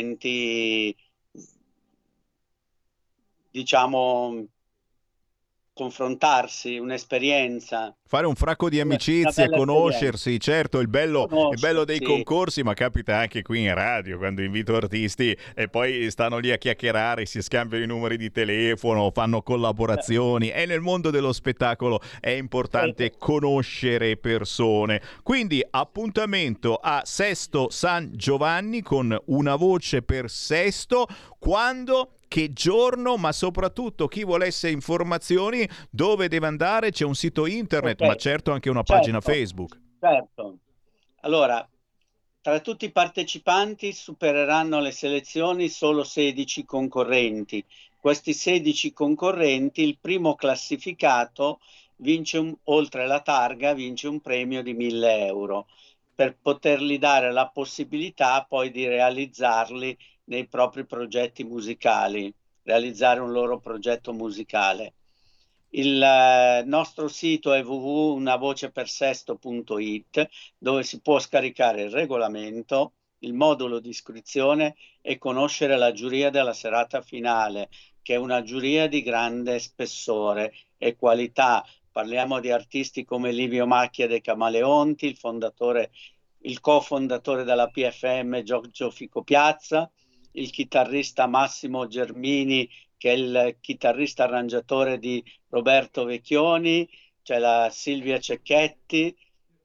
concorrenti, diciamo, confrontarsi, un'esperienza. Fare un fracco di amicizie, conoscersi, certo, il bello dei concorsi, ma capita anche qui in radio, quando invito artisti e poi stanno lì a chiacchierare, si scambiano i numeri di telefono, fanno collaborazioni, e nel mondo dello spettacolo è importante conoscere persone. Quindi appuntamento a Sesto San Giovanni con Una voce per Sesto, quando... Che giorno, ma soprattutto chi volesse informazioni dove deve andare? C'è un sito internet, ma certo anche una pagina Facebook. Certo. Allora, tra tutti i partecipanti supereranno le selezioni solo 16 concorrenti. Questi 16 concorrenti, il primo classificato vince oltre la targa, vince un premio di 1.000 euro per potergli dare la possibilità poi di realizzarli nei propri progetti musicali, realizzare un loro progetto musicale. Il nostro sito è www.unavocepersesto.it, dove si può scaricare il regolamento, il modulo di iscrizione e conoscere la giuria della serata finale, che è una giuria di grande spessore e qualità. Parliamo di artisti come Livio Macchia dei Camaleonti, il cofondatore della PFM Giorgio Ficopiazza, il chitarrista Massimo Germini, che è il chitarrista arrangiatore di Roberto Vecchioni, c'è la Silvia Cecchetti,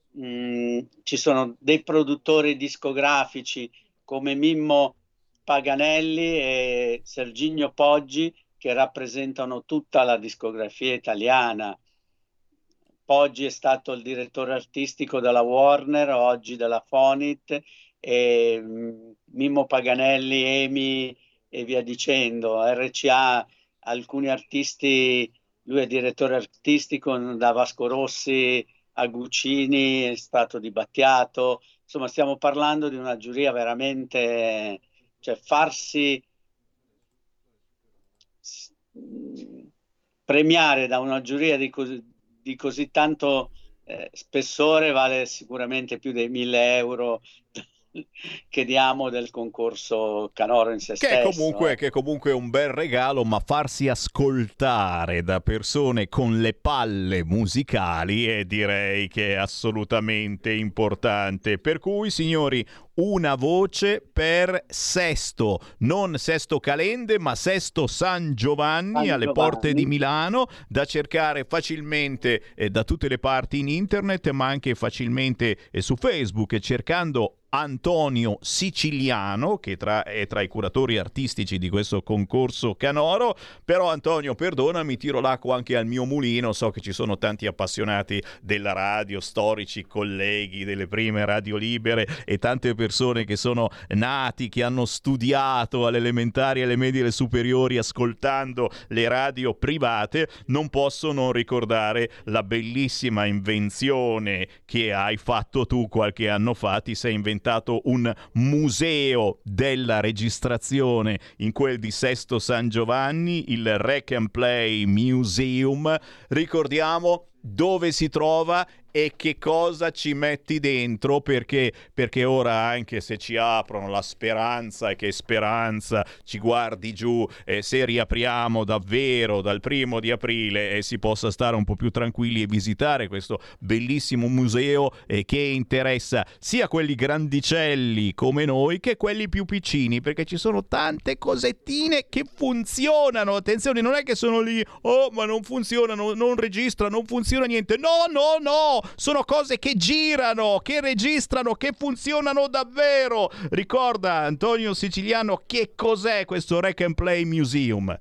ci sono dei produttori discografici come Mimmo Paganelli e Serginio Poggi, che rappresentano tutta la discografia italiana. Poggi è stato il direttore artistico della Warner, oggi della Fonit, e Mimmo Paganelli, EMI e via dicendo, RCA, alcuni artisti, lui è direttore artistico da Vasco Rossi a Guccini, è stato di Battiato, insomma stiamo parlando di una giuria veramente, cioè farsi premiare da una giuria di così tanto spessore vale sicuramente più dei 1.000 euro che diamo del concorso Canoro in se stesso. Che comunque è un bel regalo, ma farsi ascoltare da persone con le palle musicali direi che è assolutamente importante. Per cui, signori, una voce per Sesto, non Sesto Calende, ma Sesto San Giovanni alle porte di Milano, da cercare facilmente da tutte le parti in internet, ma anche facilmente su Facebook, cercando Antonio Siciliano, che è tra i curatori artistici di questo concorso Canoro. Però, Antonio, perdonami, tiro l'acqua anche al mio mulino, so che ci sono tanti appassionati della radio, storici colleghi delle prime radio libere e tante persone che sono nati, che hanno studiato alle elementari, alle medie e alle superiori ascoltando le radio private. Non posso non ricordare la bellissima invenzione che hai fatto tu qualche anno fa. Ti sei inventato un museo della registrazione in quel di Sesto San Giovanni, il Rec and Play Museum. Ricordiamo dove si trova e che cosa ci metti dentro, perché ora, anche se ci aprono la speranza, e che speranza ci guardi giù, se riapriamo davvero dal 1° di aprile si possa stare un po' più tranquilli e visitare questo bellissimo museo che interessa sia quelli grandicelli come noi che quelli più piccini, perché ci sono tante cosettine che funzionano. Attenzione, non è che sono lì, ma non funzionano, non registra, non funziona niente. No, sono cose che girano, che registrano, che funzionano davvero. Ricorda, Antonio Siciliano, che cos'è questo Rec and Play Museum?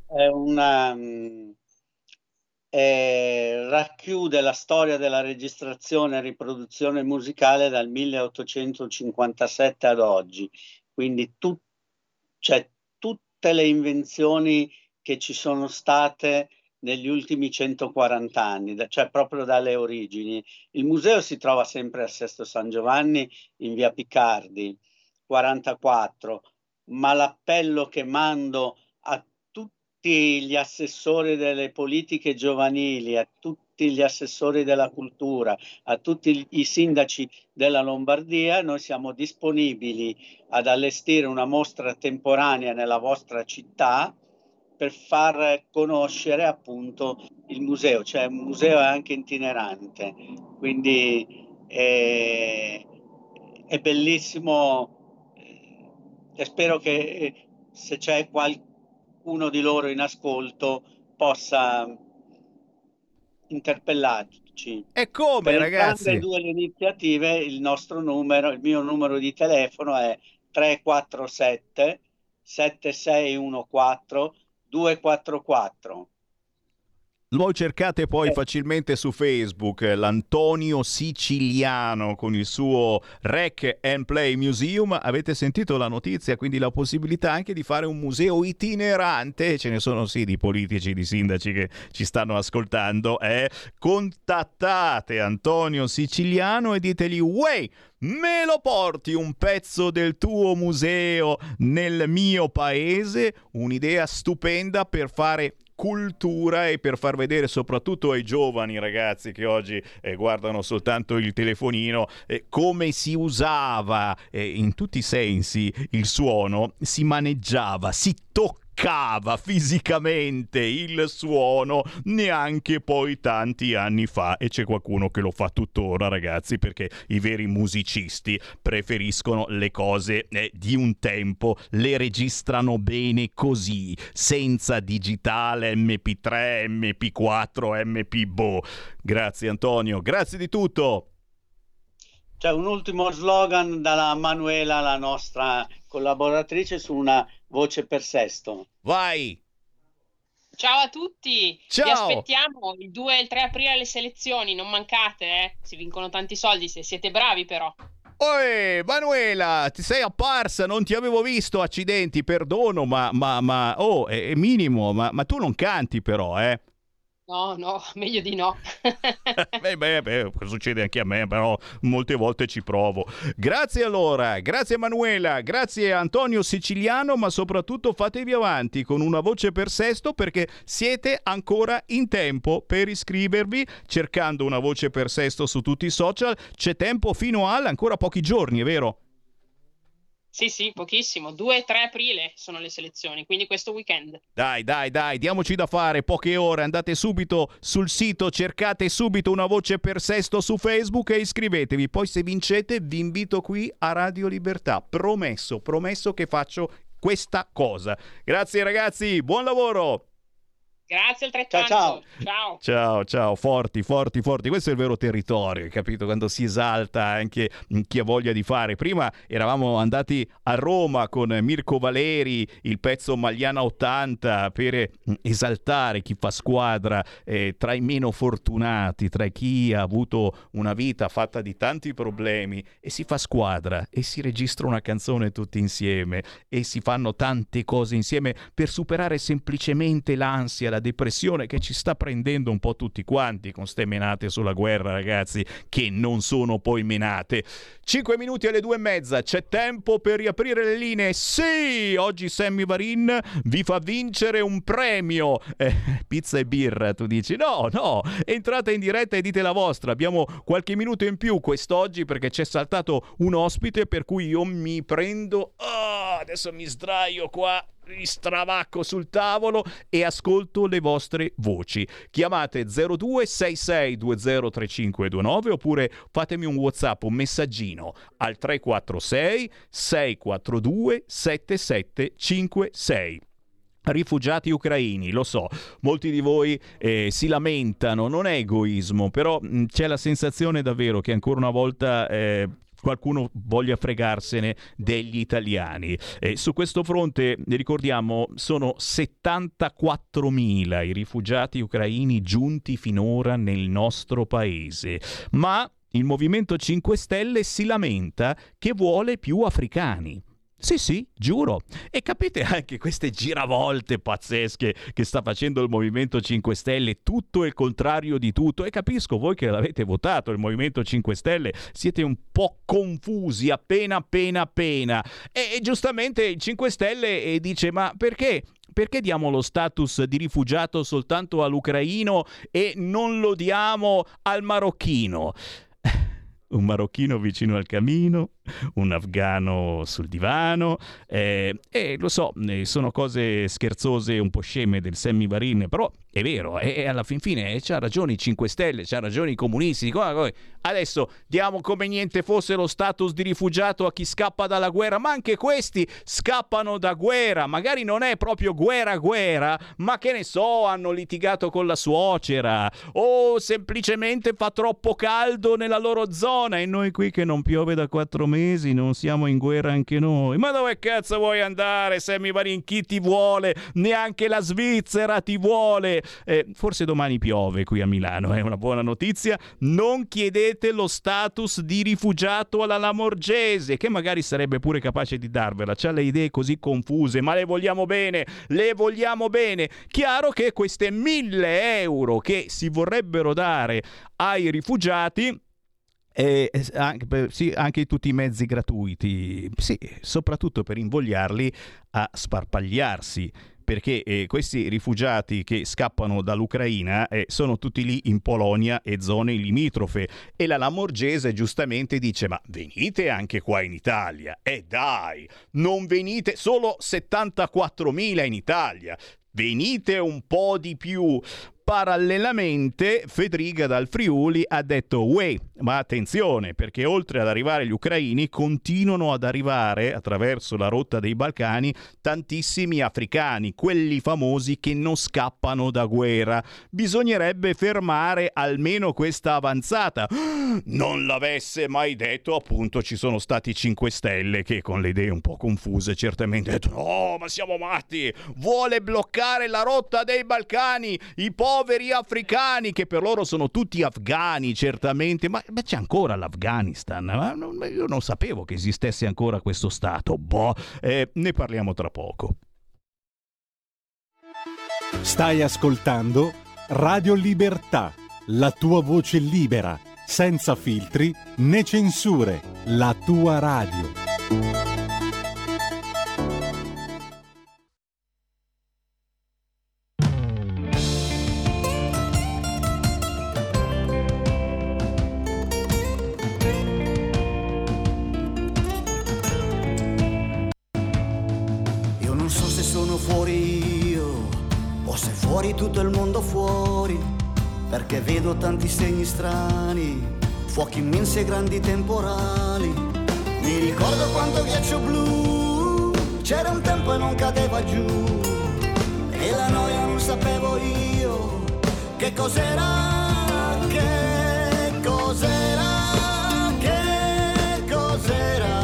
Racchiude la storia della registrazione e riproduzione musicale dal 1857 ad oggi, quindi tutte le invenzioni che ci sono state negli ultimi 140 anni, cioè proprio dalle origini. Il museo si trova sempre a Sesto San Giovanni in via Picardi 44, ma l'appello che mando a tutti gli assessori delle politiche giovanili, a tutti gli assessori della cultura, a tutti i sindaci della Lombardia: noi siamo disponibili ad allestire una mostra temporanea nella vostra città per far conoscere appunto il museo, cioè un museo è anche itinerante, quindi è bellissimo, e spero che se c'è qualcuno di loro in ascolto possa interpellarci. E come, per ragazzi? Per entrambe le iniziative il mio numero di telefono è 347 7614 244. Lo cercate poi facilmente su Facebook, l'Antonio Siciliano con il suo Rec and Play Museum. Avete sentito la notizia, quindi la possibilità anche di fare un museo itinerante. Ce ne sono sì di politici, di sindaci che ci stanno ascoltando. Contattate Antonio Siciliano e ditegli: "Uè, me lo porti un pezzo del tuo museo nel mio paese?" Un'idea stupenda per fare cultura e per far vedere soprattutto ai giovani ragazzi che oggi guardano soltanto il telefonino come si usava in tutti i sensi il suono, si maneggiava, si toccava fisicamente il suono neanche poi tanti anni fa, e c'è qualcuno che lo fa tuttora, ragazzi, perché i veri musicisti preferiscono le cose di un tempo, le registrano bene così, senza digitale, MP3, MP4, MP. Grazie Antonio, grazie di tutto. C'è un ultimo slogan dalla Manuela, la nostra collaboratrice, su una voce per sesto. Vai! Ciao a tutti! Ciao! Vi aspettiamo il 2 e il 3 aprile alle selezioni, non mancate, si vincono tanti soldi se siete bravi però. Oi, Manuela, ti sei apparsa, non ti avevo visto, accidenti, perdono, ma è minimo, ma tu non canti però, No, meglio di no. beh, succede anche a me, però molte volte ci provo. Grazie allora, grazie Manuela, grazie Antonio Siciliano, ma soprattutto fatevi avanti con una voce per sesto, perché siete ancora in tempo per iscrivervi cercando una voce per sesto su tutti i social. C'è tempo fino ancora pochi giorni, è vero? Sì, pochissimo. 2 e 3 aprile sono le selezioni, quindi questo weekend. Dai, diamoci da fare, poche ore. Andate subito sul sito, cercate subito una voce per sesto su Facebook e iscrivetevi. Poi se vincete vi invito qui a Radio Libertà. Promesso che faccio questa cosa. Grazie ragazzi, buon lavoro! Grazie altrettanto. Ciao, forti. Questo è il vero territorio, capito? Quando si esalta anche chi ha voglia di fare. Prima eravamo andati a Roma con Mirko Valeri, il pezzo Magliana 80, per esaltare chi fa squadra tra i meno fortunati, tra chi ha avuto una vita fatta di tanti problemi e si fa squadra e si registra una canzone tutti insieme e si fanno tante cose insieme per superare semplicemente l'ansia, la depressione che ci sta prendendo un po' tutti quanti con ste menate sulla guerra, ragazzi, che non sono poi menate. 5 minuti alle 2:30, c'è tempo per riaprire le linee. Sì, oggi Sammy Varin vi fa vincere un premio, pizza e birra. Tu dici no, entrate in diretta e dite la vostra. Abbiamo qualche minuto in più quest'oggi perché c'è saltato un ospite, per cui io mi prendo adesso mi sdraio qua, mi stravacco sul tavolo e ascolto le vostre voci. Chiamate 0266203529 oppure fatemi un WhatsApp, un messaggino al 346 642 7756. Rifugiati ucraini, lo so, molti di voi si lamentano, non è egoismo, però c'è la sensazione davvero che ancora una volta qualcuno voglia fregarsene degli italiani. Su questo fronte, ricordiamo, sono 74.000 i rifugiati ucraini giunti finora nel nostro paese, ma il Movimento 5 Stelle si lamenta che vuole più africani. Sì, giuro. E capite anche queste giravolte pazzesche che sta facendo il Movimento 5 Stelle, tutto il contrario di tutto. E capisco voi che l'avete votato il Movimento 5 Stelle, siete un po' confusi, appena. E giustamente il 5 Stelle dice: ma perché? Perché diamo lo status di rifugiato soltanto all'ucraino e non lo diamo al marocchino? Un marocchino vicino al camino un afgano sul divano, e lo so, sono cose scherzose un po' sceme del Sammy Varin, però è vero, e alla fin fine c'ha ragione i 5 Stelle, c'ha ragione i comunisti. Adesso diamo come niente fosse lo status di rifugiato a chi scappa dalla guerra, ma anche questi scappano da guerra, magari non è proprio guerra, ma che ne so, hanno litigato con la suocera o semplicemente fa troppo caldo nella loro zona e noi qui che non piove da 4 mesi non siamo in guerra anche noi. Ma dove cazzo vuoi andare, Sammy Varin? Chi ti vuole? Neanche la Svizzera ti vuole. Forse domani piove qui a Milano, è una buona notizia. Non chiedete lo status di rifugiato alla Lamorgese, che magari sarebbe pure capace di darvela, c'ha le idee così confuse, ma le vogliamo bene. Chiaro che queste 1.000 euro che si vorrebbero dare ai rifugiati, anche tutti i mezzi gratuiti, sì, soprattutto per invogliarli a sparpagliarsi, perché questi rifugiati che scappano dall'Ucraina sono tutti lì in Polonia e zone limitrofe, e la Lamorgese giustamente dice: ma venite anche qua in Italia, dai, non venite solo 74.000 in Italia, venite un po' di più. Parallelamente Federica dal Friuli ha detto: uè, ma attenzione, perché oltre ad arrivare gli ucraini continuano ad arrivare attraverso la rotta dei Balcani tantissimi africani, quelli famosi che non scappano da guerra. Bisognerebbe fermare almeno questa avanzata. Non l'avesse mai detto, appunto, ci sono stati 5 Stelle che con le idee un po' confuse certamente hanno detto: no, ma siamo matti, vuole bloccare la rotta dei Balcani, i poveri africani, che per loro sono tutti afghani certamente, ma c'è ancora l'Afghanistan, io non sapevo che esistesse ancora questo stato. Ne parliamo tra poco. Stai ascoltando Radio Libertà, la tua voce libera, senza filtri né censure, la tua radio. Fuori io, o se fuori tutto il mondo fuori, perché vedo tanti segni strani, fuochi immensi e grandi temporali. Mi ricordo quando ghiaccio blu c'era un tempo e non cadeva giù, e la noia non sapevo io che cos'era, che cos'era, che cos'era.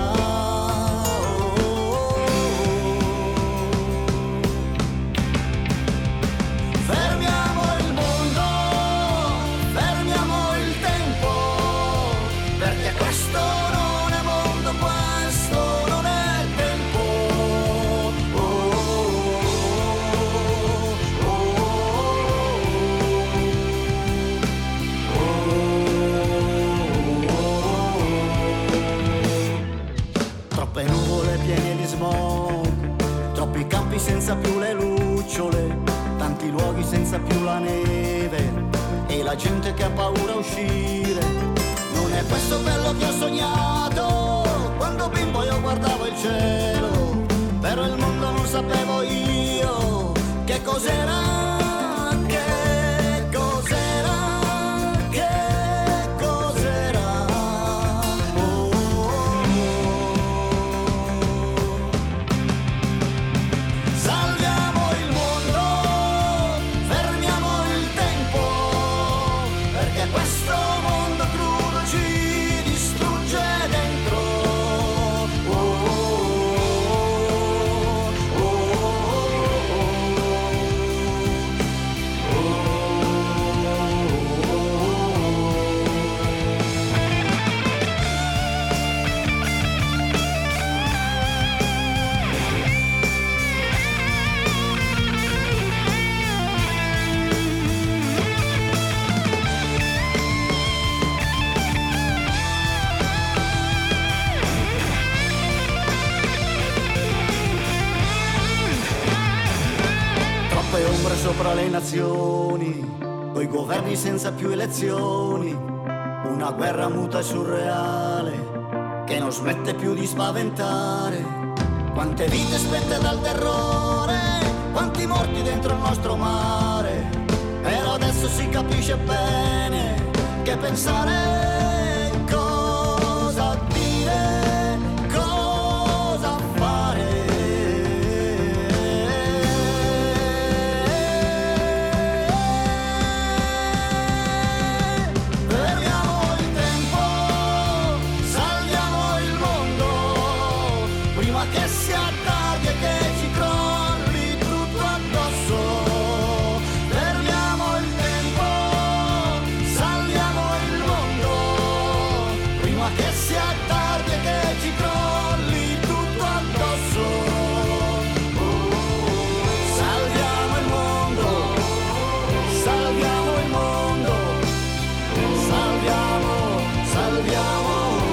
Troppe nuvole piene di smog, troppi campi senza più le lucciole, tanti luoghi senza più la neve e la gente che ha paura a uscire. Non è questo bello che ho sognato quando bimbo io guardavo il cielo, però il mondo non sapevo io che cos'era. Sopra le nazioni, coi governi senza più elezioni, una guerra muta e surreale che non smette più di spaventare. Quante vite spente dal terrore, quanti morti dentro il nostro mare. Però adesso si capisce bene che pensare, cosa dire, cosa fare. Fermiamo il tempo, salviamo il mondo, prima che sia tardi e che ci crolli tutto addosso. Fermiamo il tempo, salviamo il mondo, prima che sia tardi e che ci crolli tutto addosso. Salviamo il mondo, salviamo il mondo, salviamo, salviamo.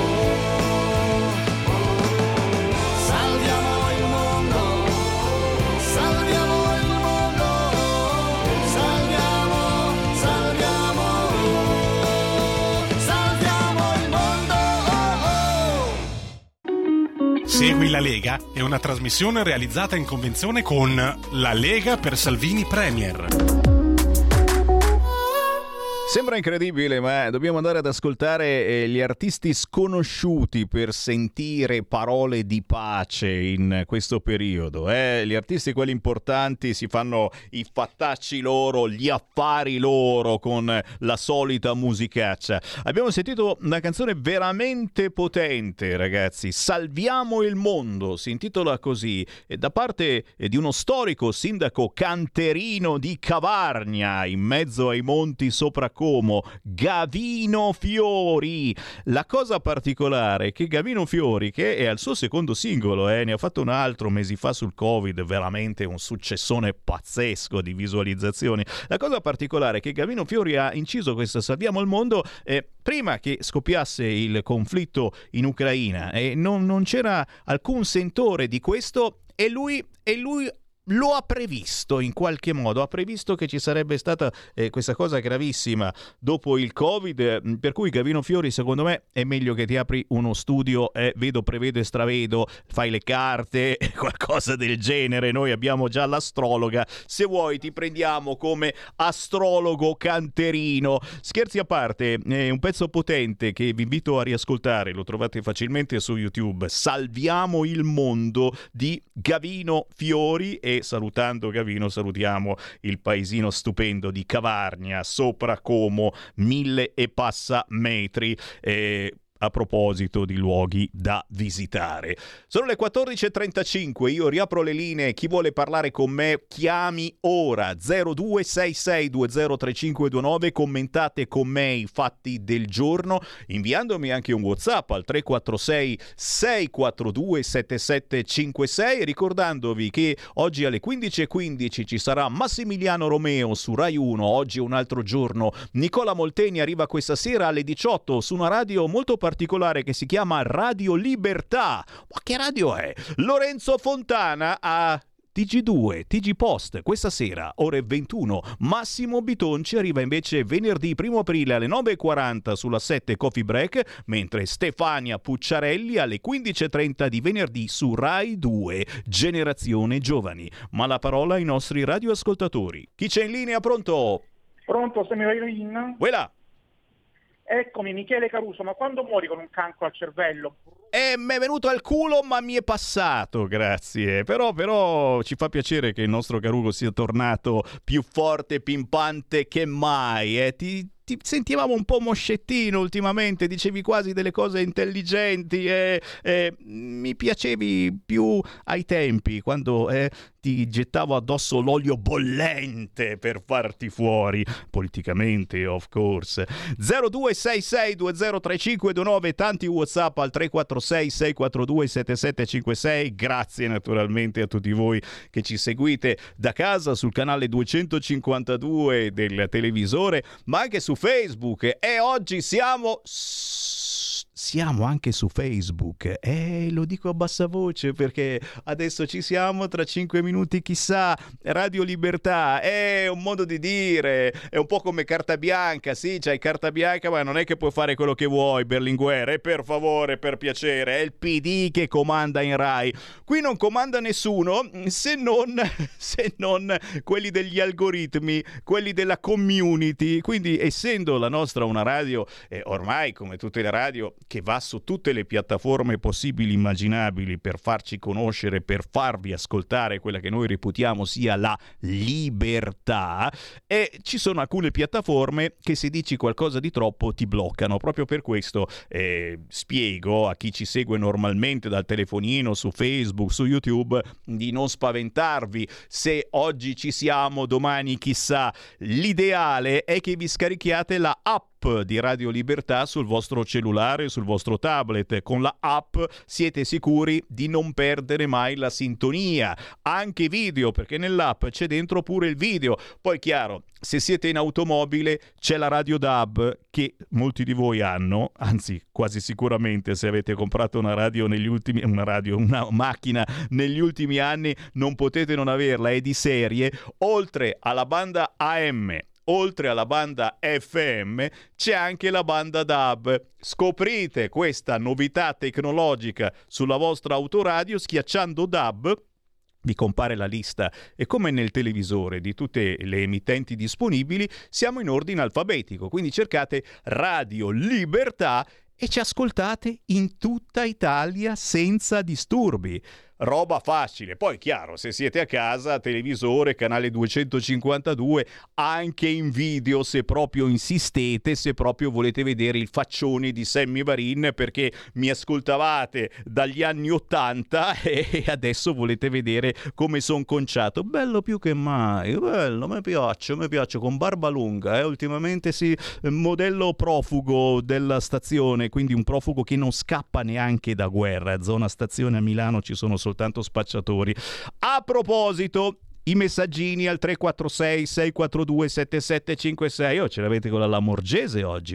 Salviamo il mondo, salviamo il mondo, salviamo, salviamo, salviamo il mondo. Segui la Lega è una trasmissione realizzata in convenzione con La Lega per Salvini Premier. Sembra incredibile, ma dobbiamo andare ad ascoltare gli artisti sconosciuti per sentire parole di pace in questo periodo. Gli artisti, quelli importanti, si fanno i fattacci loro, gli affari loro con la solita musicaccia. Abbiamo sentito una canzone veramente potente, ragazzi. Salviamo il mondo, si intitola così, da parte di uno storico sindaco canterino di Cavarnia, in mezzo ai monti sopra Como, Gavino Fiori. La cosa particolare è che Gavino Fiori, che è al suo secondo singolo, ne ha fatto un altro mesi fa sul Covid, veramente un successone pazzesco di visualizzazioni. La cosa particolare è che Gavino Fiori ha inciso questo Salviamo il mondo prima che scoppiasse il conflitto in Ucraina, e non c'era alcun sentore di questo, e lui lo ha previsto in qualche modo, ha previsto che ci sarebbe stata questa cosa gravissima dopo il Covid, per cui Gavino Fiori, secondo me, è meglio che ti apri uno studio, vedo, prevedo e stravedo, fai le carte, qualcosa del genere. Noi abbiamo già l'astrologa, se vuoi ti prendiamo come astrologo canterino. Scherzi a parte, un pezzo potente che vi invito a riascoltare, lo trovate facilmente su YouTube, Salviamo il mondo di Gavino Fiori. E salutando Gavino salutiamo il paesino stupendo di Cavarnia sopra Como, 1000 e passa metri. A proposito di luoghi da visitare, sono le 14.35, io riapro le linee. Chi vuole parlare con me chiami ora 0266203529, commentate con me i fatti del giorno inviandomi anche un WhatsApp al 346 642 7756, ricordandovi che oggi alle 15.15 ci sarà Massimiliano Romeo su Rai 1. Oggi è un altro giorno. Nicola Molteni arriva questa sera alle 18 su una radio molto particolare che si chiama Radio Libertà. Ma che radio è? Lorenzo Fontana a TG2, TG Post, questa sera, ore 21. Massimo Bitonci arriva invece venerdì 1 aprile alle 9.40 sulla 7 Coffee Break, mentre Stefania Pucciarelli alle 15.30 di venerdì su Rai 2, Generazione Giovani. Ma la parola ai nostri radioascoltatori. Chi c'è in linea? Pronto? Pronto, se mi vai in? Voilà. Eccomi, Michele Caruso, ma quando muori con un cancro al cervello? Mi è venuto al culo, ma mi è passato, grazie. Però ci fa piacere che il nostro Caruso sia tornato più forte e pimpante che mai. Ti sentivamo un po' moscettino ultimamente, dicevi quasi delle cose intelligenti, mi piacevi più ai tempi, quando ti gettavo addosso l'olio bollente per farti fuori, politicamente, of course. 0266203529, tanti WhatsApp al 346 642 7756. Grazie naturalmente a tutti voi che ci seguite da casa sul canale 252 del televisore, ma anche su Facebook. E oggi siamo siamo anche su Facebook. Lo dico a bassa voce perché adesso ci siamo, tra 5 minuti chissà. Radio Libertà è un modo di dire, è un po' come carta bianca. Sì, c'hai carta bianca, ma non è che puoi fare quello che vuoi, Berlinguer. E per favore, per piacere, è il PD che comanda in Rai. Qui non comanda nessuno se non quelli degli algoritmi, quelli della community. Quindi, essendo la nostra una radio ormai come tutte le radio che va su tutte le piattaforme possibili immaginabili per farci conoscere, per farvi ascoltare quella che noi reputiamo sia la libertà, e ci sono alcune piattaforme che se dici qualcosa di troppo ti bloccano. Proprio per questo spiego a chi ci segue normalmente dal telefonino, su Facebook, su YouTube, di non spaventarvi se oggi ci siamo, domani chissà. L'ideale è che vi scarichiate la app di Radio Libertà sul vostro cellulare, sul vostro tablet. Con la app siete sicuri di non perdere mai la sintonia, anche video, perché nell'app c'è dentro pure il video. Poi chiaro, se siete in automobile c'è la radio DAB che molti di voi hanno, anzi quasi sicuramente se avete comprato una macchina negli ultimi anni non potete non averla, è di serie. Oltre alla banda AM, oltre alla banda FM, c'è anche la banda DAB. Scoprite questa novità tecnologica sulla vostra autoradio schiacciando DAB. Vi compare la lista e come nel televisore di tutte le emittenti disponibili siamo in ordine alfabetico, quindi cercate Radio Libertà e ci ascoltate in tutta Italia senza disturbi. Roba facile. Poi chiaro, se siete a casa, televisore, canale 252, anche in video se proprio insistete, se proprio volete vedere il faccione di Sammy Varin perché mi ascoltavate dagli anni 80 e adesso volete vedere come son conciato. Bello più che mai, bello, mi piace, con barba lunga, ultimamente sì, modello profugo della stazione, quindi un profugo che non scappa neanche da guerra. Zona stazione a Milano ci sono soltanto spacciatori. A proposito, i messaggini al 346 642 7756. Ce l'avete con la Lamorgese oggi?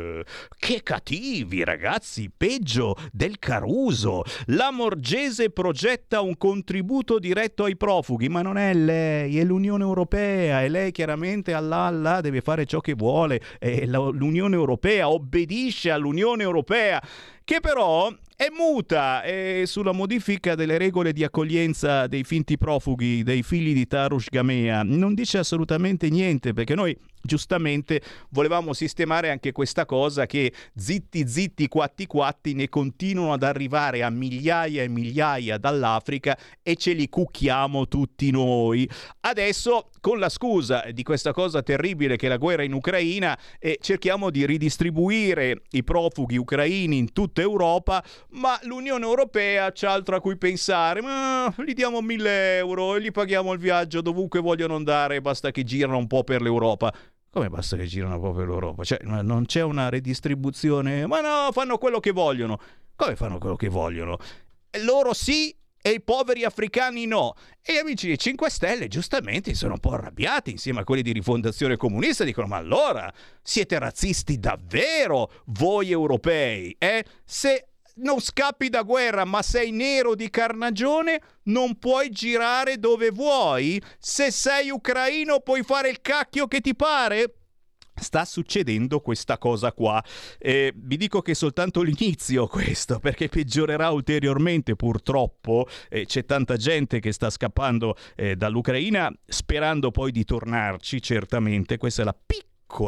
Che cattivi ragazzi, peggio del Caruso. Lamorgese progetta un contributo diretto ai profughi, ma non è lei, è l'Unione Europea, e lei chiaramente Allah deve fare ciò che vuole, e l'Unione Europea obbedisce all'Unione Europea, che però è muta sulla modifica delle regole di accoglienza dei finti profughi, dei figli di Tarush Gamea. Non dice assolutamente niente, perché noi giustamente volevamo sistemare anche questa cosa che zitti quatti ne continuano ad arrivare a migliaia e migliaia dall'Africa e ce li cucchiamo tutti noi. Adesso, con la scusa di questa cosa terribile che è la guerra in Ucraina, cerchiamo di ridistribuire i profughi ucraini in tutta Europa, ma l'Unione Europea c'ha altro a cui pensare. Gli diamo 1.000 euro e gli paghiamo il viaggio dovunque vogliono andare, basta che girano un po' per l'Europa. Come basta che girano un po' per l'Europa? Cioè, non c'è una redistribuzione? Ma no, fanno quello che vogliono. Come fanno quello che vogliono? Loro sì e i poveri africani no. E gli amici dei 5 Stelle giustamente sono un po' arrabbiati insieme a quelli di Rifondazione Comunista, dicono: ma allora siete razzisti davvero voi europei, Se non scappi da guerra ma sei nero di carnagione non puoi girare dove vuoi? Se sei ucraino puoi fare il cacchio che ti pare? Sta succedendo questa cosa qua. Vi dico che è soltanto l'inizio questo, perché peggiorerà ulteriormente purtroppo. C'è tanta gente che sta scappando dall'Ucraina sperando poi di tornarci, certamente. Questa è la piccola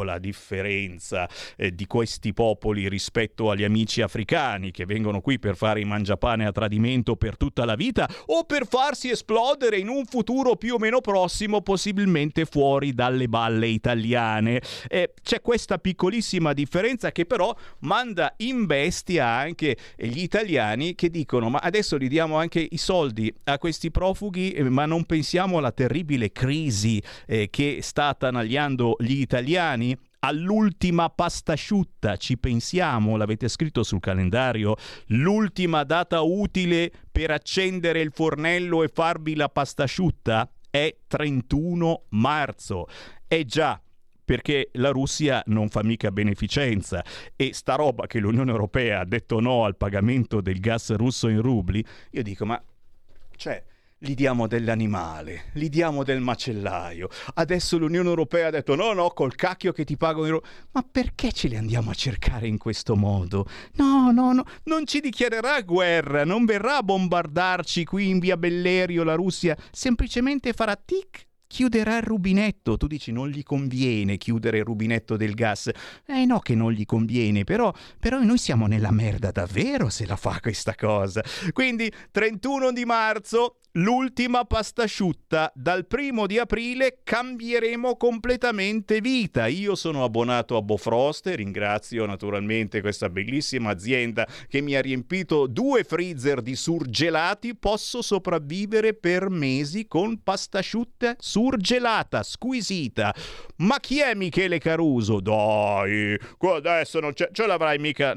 differenza di questi popoli rispetto agli amici africani che vengono qui per fare i mangiapane a tradimento per tutta la vita o per farsi esplodere in un futuro più o meno prossimo, possibilmente fuori dalle balle italiane. C'è questa piccolissima differenza che però manda in bestia anche gli italiani, che dicono: ma adesso gli diamo anche i soldi a questi profughi, ma non pensiamo alla terribile crisi che sta attanagliando gli italiani? All'ultima pastasciutta ci pensiamo? L'avete scritto sul calendario? L'ultima data utile per accendere il fornello e farvi la pastasciutta è 31 marzo. Già, perché la Russia non fa mica beneficenza, e sta roba che l'Unione Europea ha detto no al pagamento del gas russo in rubli, io dico, ma cioè gli diamo dell'animale, gli diamo del macellaio, adesso l'Unione Europea ha detto no, col cacchio che ti pago in rubli. Ma perché ce li andiamo a cercare in questo modo? No, non ci dichiarerà guerra, non verrà a bombardarci qui in via Bellerio la Russia, semplicemente farà tic, chiuderà il rubinetto. Tu dici non gli conviene chiudere il rubinetto del gas. No che non gli conviene, però noi siamo nella merda davvero se la fa questa cosa. Quindi 31 di marzo, l'ultima pastasciutta. Dal 1 di aprile cambieremo completamente vita. Io sono abbonato a Bofrost, ringrazio naturalmente questa bellissima azienda che mi ha riempito 2 freezer di surgelati. Posso sopravvivere per mesi con pastasciutta surgelata, squisita. Ma chi è Michele Caruso? Dai, adesso non ce l'avrai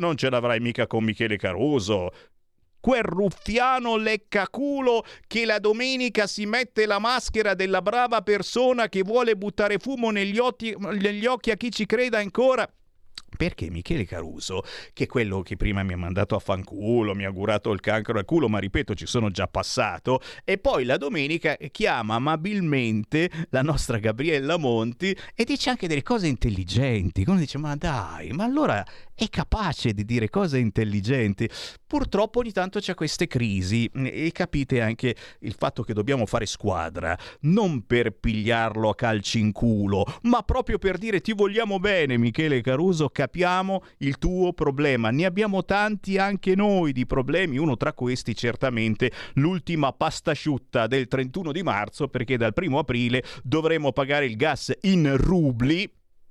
mica con Michele Caruso. Quel ruffiano leccaculo che la domenica si mette la maschera della brava persona che vuole buttare fumo negli occhi a chi ci creda ancora. Perché Michele Caruso, che è quello che prima mi ha mandato a fanculo, mi ha augurato il cancro al culo, ma ripeto ci sono già passato, e poi la domenica chiama amabilmente la nostra Gabriella Monti e dice anche delle cose intelligenti. Uno dice, ma dai, ma allora è capace di dire cose intelligenti. Purtroppo ogni tanto c'è queste crisi, e capite anche il fatto che dobbiamo fare squadra, non per pigliarlo a calci in culo, ma proprio per dire ti vogliamo bene Michele Caruso, capiamo il tuo problema. Ne abbiamo tanti anche noi di problemi, uno tra questi certamente l'ultima pastasciutta del 31 di marzo, perché dal 1 aprile dovremo pagare il gas in rubli.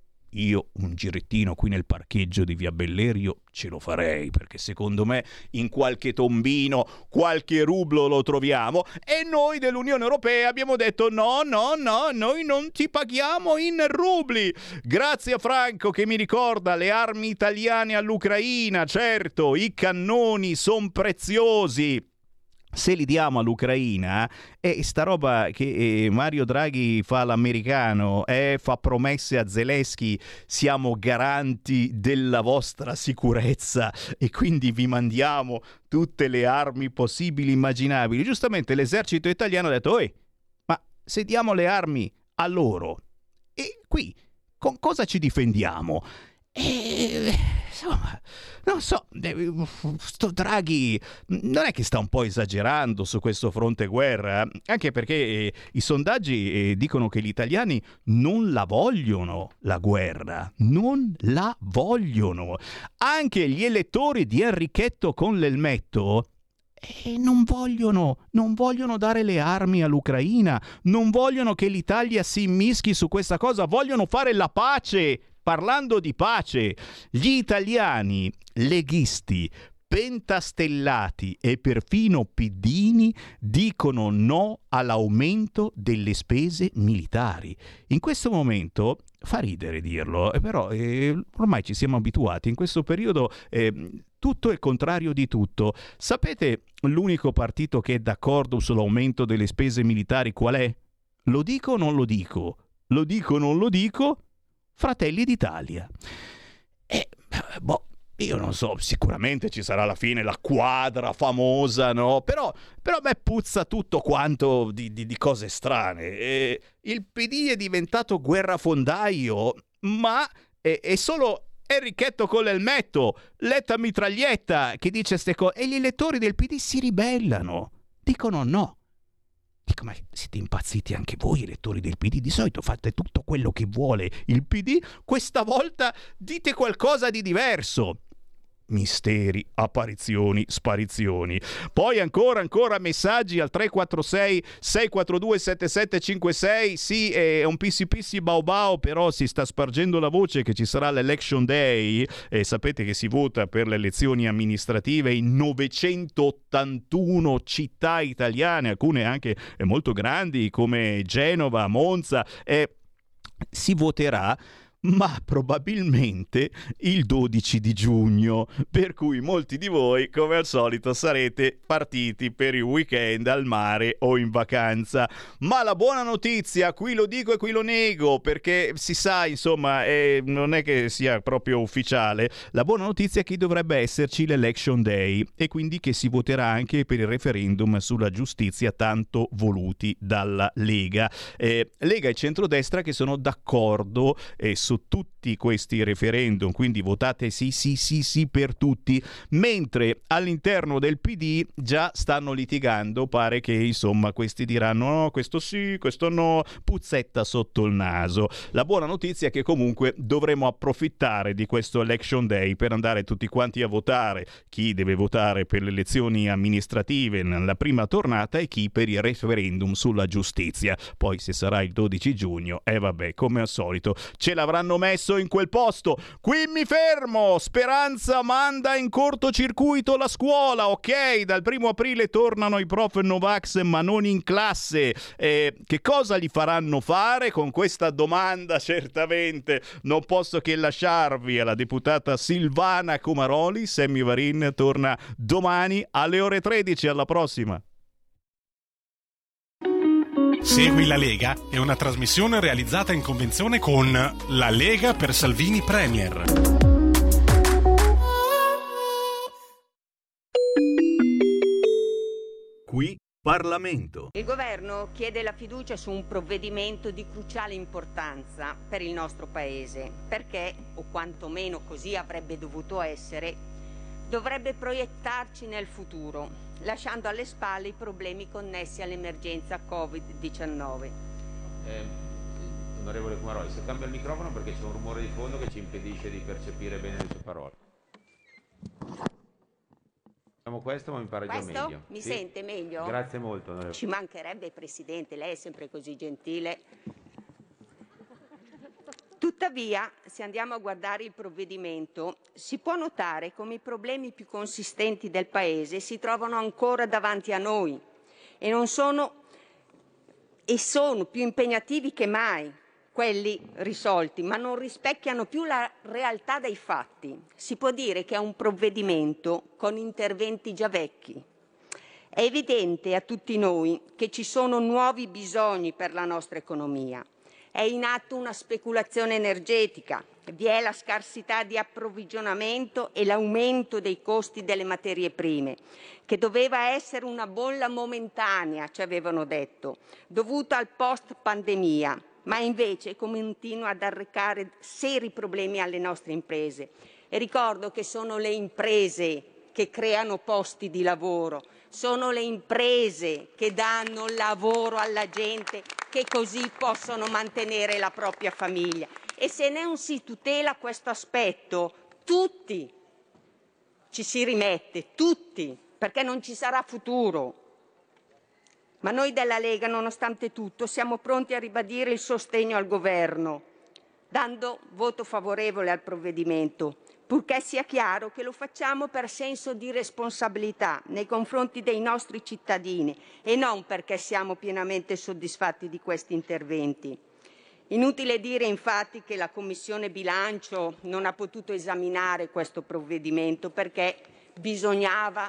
Io un girettino qui nel parcheggio di via Bellerio ce lo farei, perché secondo me in qualche tombino qualche rublo lo troviamo, e noi dell'Unione Europea abbiamo detto no, noi non ti paghiamo in rubli. Grazie a Franco che mi ricorda le armi italiane all'Ucraina. Certo, i cannoni sono preziosi. Se li diamo all'Ucraina, sta roba che Mario Draghi fa l'americano, fa promesse a Zelensky, siamo garanti della vostra sicurezza e quindi vi mandiamo tutte le armi possibili immaginabili. Giustamente l'esercito italiano ha detto, ma se diamo le armi a loro, e qui con cosa ci difendiamo? Insomma, non so, sto Draghi non è che sta un po' esagerando su questo fronte guerra, anche perché i sondaggi dicono che gli italiani non la vogliono la guerra, non la vogliono. Anche gli elettori di Enrichetto con l'elmetto non vogliono dare le armi all'Ucraina, non vogliono che l'Italia si immischi su questa cosa, vogliono fare la pace. Parlando di pace, gli italiani leghisti, pentastellati e perfino piddini dicono no all'aumento delle spese militari. In questo momento fa ridere dirlo, però ormai ci siamo abituati. In questo periodo tutto è il contrario di tutto. Sapete l'unico partito che è d'accordo sull'aumento delle spese militari qual è? Lo dico o non lo dico? Lo dico o non lo dico? Fratelli d'Italia. Io non so, sicuramente ci sarà alla fine la quadra famosa, no? Però a me puzza tutto quanto di cose strane. Il PD è diventato guerrafondaio, ma è solo Enrichetto con l'elmetto, Letta mitraglietta, che dice ste cose, e gli elettori del PD si ribellano, dicono no. Dico, ma siete impazziti anche voi elettori del PD? Di solito fate tutto quello che vuole il PD, questa volta dite qualcosa di diverso. Misteri, apparizioni, sparizioni. Poi ancora messaggi al 346 642 7756. Sì, è un pissi bau bau, però si sta spargendo la voce che ci sarà l'election day, e sapete che si vota per le elezioni amministrative in 981 città italiane, alcune anche molto grandi come Genova, Monza, si voterà. ma probabilmente il 12 di giugno, per cui molti di voi, come al solito, sarete partiti per il weekend al mare o in vacanza. Ma la buona notizia, qui lo dico e qui lo nego, perché si sa, insomma, non è che sia proprio ufficiale, la buona notizia è che dovrebbe esserci l'Election Day e quindi che si voterà anche per il referendum sulla giustizia tanto voluti dalla Lega. Lega e centrodestra che sono d'accordo su tutti questi referendum, quindi votate sì per tutti, mentre all'interno del PD già stanno litigando, pare che insomma questi diranno no, questo sì, questo no, puzzetta sotto il naso. La buona notizia è che comunque dovremo approfittare di questo Election Day per andare tutti quanti a votare, chi deve votare per le elezioni amministrative nella prima tornata e chi per il referendum sulla giustizia. Poi se sarà il 12 giugno, vabbè, come al solito ce l'avranno messo in quel posto. Qui mi fermo. Speranza manda in cortocircuito la scuola. Ok, dal 1 aprile tornano i prof Novax, ma non in classe. Che cosa gli faranno fare? Con questa domanda certamente non posso che lasciarvi alla deputata Silvana Comaroli. Sammy Varin torna domani alle ore 13. Alla prossima. Segui la Lega è una trasmissione realizzata in convenzione con La Lega per Salvini Premier. Qui Parlamento. Il governo chiede la fiducia su un provvedimento di cruciale importanza per il nostro Paese, perché, o quantomeno così avrebbe dovuto essere, dovrebbe proiettarci nel futuro, lasciando alle spalle i problemi connessi all'emergenza Covid-19. Onorevole Comaroli, se cambia il microfono perché c'è un rumore di fondo che ci impedisce di percepire bene le sue parole. Facciamo questo, ma mi pare già meglio. Mi sente meglio? Grazie molto, onorevole. Ci mancherebbe, Presidente, lei è sempre così gentile. Tuttavia, se andiamo a guardare il provvedimento, si può notare come i problemi più consistenti del Paese si trovano ancora davanti a noi e sono più impegnativi che mai quelli risolti, ma non rispecchiano più la realtà dei fatti. Si può dire che è un provvedimento con interventi già vecchi. È evidente a tutti noi che ci sono nuovi bisogni per la nostra economia. È in atto una speculazione energetica, vi è la scarsità di approvvigionamento e l'aumento dei costi delle materie prime, che doveva essere una bolla momentanea, ci avevano detto, dovuta al post-pandemia, ma invece continua ad arrecare seri problemi alle nostre imprese. E ricordo che sono le imprese che creano posti di lavoro, sono le imprese che danno lavoro alla gente, che così possono mantenere la propria famiglia. E se non si tutela questo aspetto, tutti ci si rimette, tutti, perché non ci sarà futuro. Ma noi della Lega, nonostante tutto, siamo pronti a ribadire il sostegno al governo, dando voto favorevole al provvedimento, purché sia chiaro che lo facciamo per senso di responsabilità nei confronti dei nostri cittadini e non perché siamo pienamente soddisfatti di questi interventi. Inutile dire infatti che la Commissione Bilancio non ha potuto esaminare questo provvedimento perché bisognava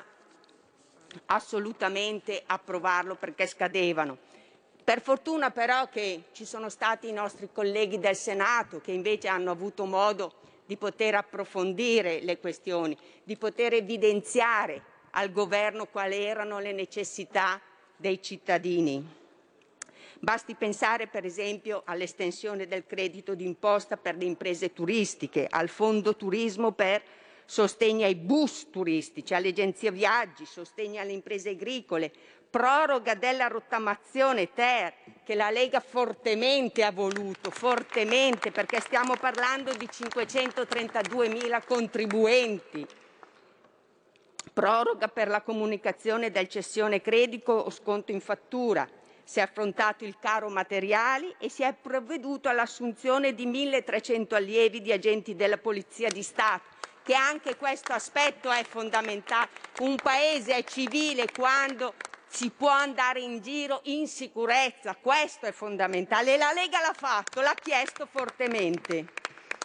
assolutamente approvarlo perché scadevano. Per fortuna però che ci sono stati i nostri colleghi del Senato che invece hanno avuto modo di poter approfondire le questioni, di poter evidenziare al governo quali erano le necessità dei cittadini. Basti pensare per esempio all'estensione del credito d'imposta per le imprese turistiche, al fondo turismo per sostegno ai bus turistici, alle agenzie viaggi, sostegno alle imprese agricole, proroga della rottamazione ter, che la Lega fortemente ha voluto, fortemente, perché stiamo parlando di 532.000 contribuenti. Proroga per la comunicazione del cessione credito o sconto in fattura. Si è affrontato il caro materiali e si è provveduto all'assunzione di 1.300 allievi di agenti della Polizia di Stato, che anche questo aspetto è fondamentale. Un paese è civile quando si può andare in giro in sicurezza, questo è fondamentale e la Lega l'ha fatto, l'ha chiesto fortemente.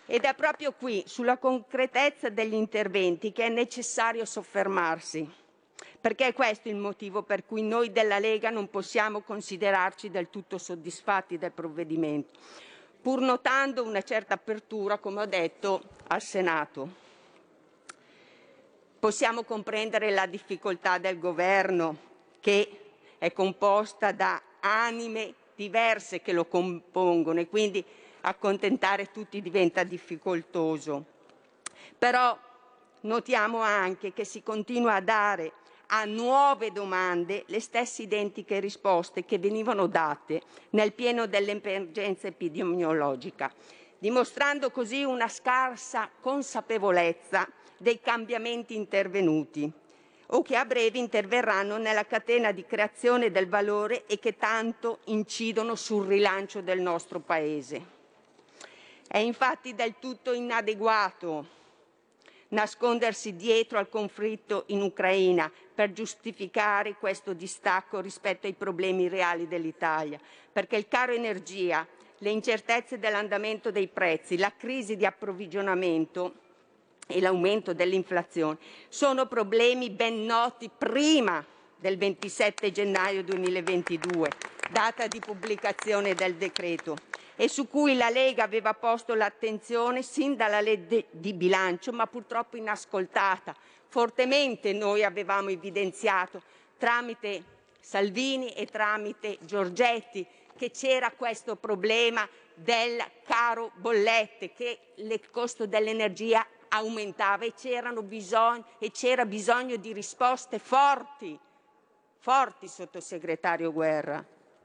Ed è proprio qui, sulla concretezza degli interventi, che è necessario soffermarsi, perché è questo il motivo per cui noi della Lega non possiamo considerarci del tutto soddisfatti del provvedimento, pur notando una certa apertura, come ho detto, al Senato. Possiamo comprendere la difficoltà del governo, che è composta da anime diverse che lo compongono e quindi accontentare tutti diventa difficoltoso. Però notiamo anche che si continua a dare a nuove domande le stesse identiche risposte che venivano date nel pieno dell'emergenza epidemiologica, dimostrando così una scarsa consapevolezza dei cambiamenti intervenuti o che a breve interverranno nella catena di creazione del valore e che tanto incidono sul rilancio del nostro Paese. È infatti del tutto inadeguato nascondersi dietro al conflitto in Ucraina per giustificare questo distacco rispetto ai problemi reali dell'Italia, perché il caro energia, le incertezze dell'andamento dei prezzi, la crisi di approvvigionamento e l'aumento dell'inflazione sono problemi ben noti prima del 27 gennaio 2022, data di pubblicazione del decreto, e su cui la Lega aveva posto l'attenzione sin dalla legge di bilancio, ma purtroppo inascoltata. Fortemente noi avevamo evidenziato tramite Salvini e tramite Giorgetti che c'era questo problema del caro bollette, che il costo dell'energia aumentava e c'era bisogno di risposte forti, sottosegretario Guerra.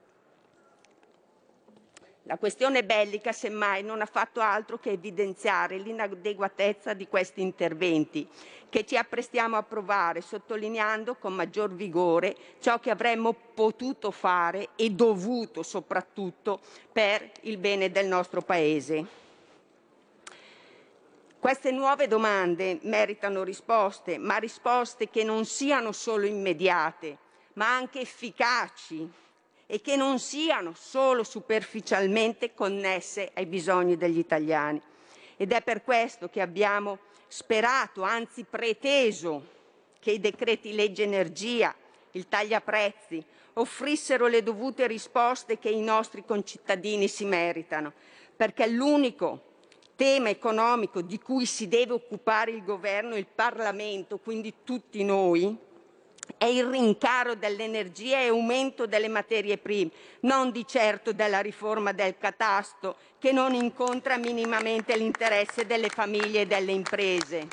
La questione bellica, semmai, non ha fatto altro che evidenziare l'inadeguatezza di questi interventi che ci apprestiamo a approvare, sottolineando con maggior vigore ciò che avremmo potuto fare e dovuto soprattutto per il bene del nostro Paese. Queste nuove domande meritano risposte, ma risposte che non siano solo immediate, ma anche efficaci e che non siano solo superficialmente connesse ai bisogni degli italiani. Ed è per questo che abbiamo sperato, anzi preteso, che i decreti legge energia, il tagliaprezzi, offrissero le dovute risposte che i nostri concittadini si meritano, perché l'unico tema economico di cui si deve occupare il governo e il Parlamento, quindi tutti noi, è il rincaro dell'energia e aumento delle materie prime, non di certo della riforma del catasto, che non incontra minimamente l'interesse delle famiglie e delle imprese.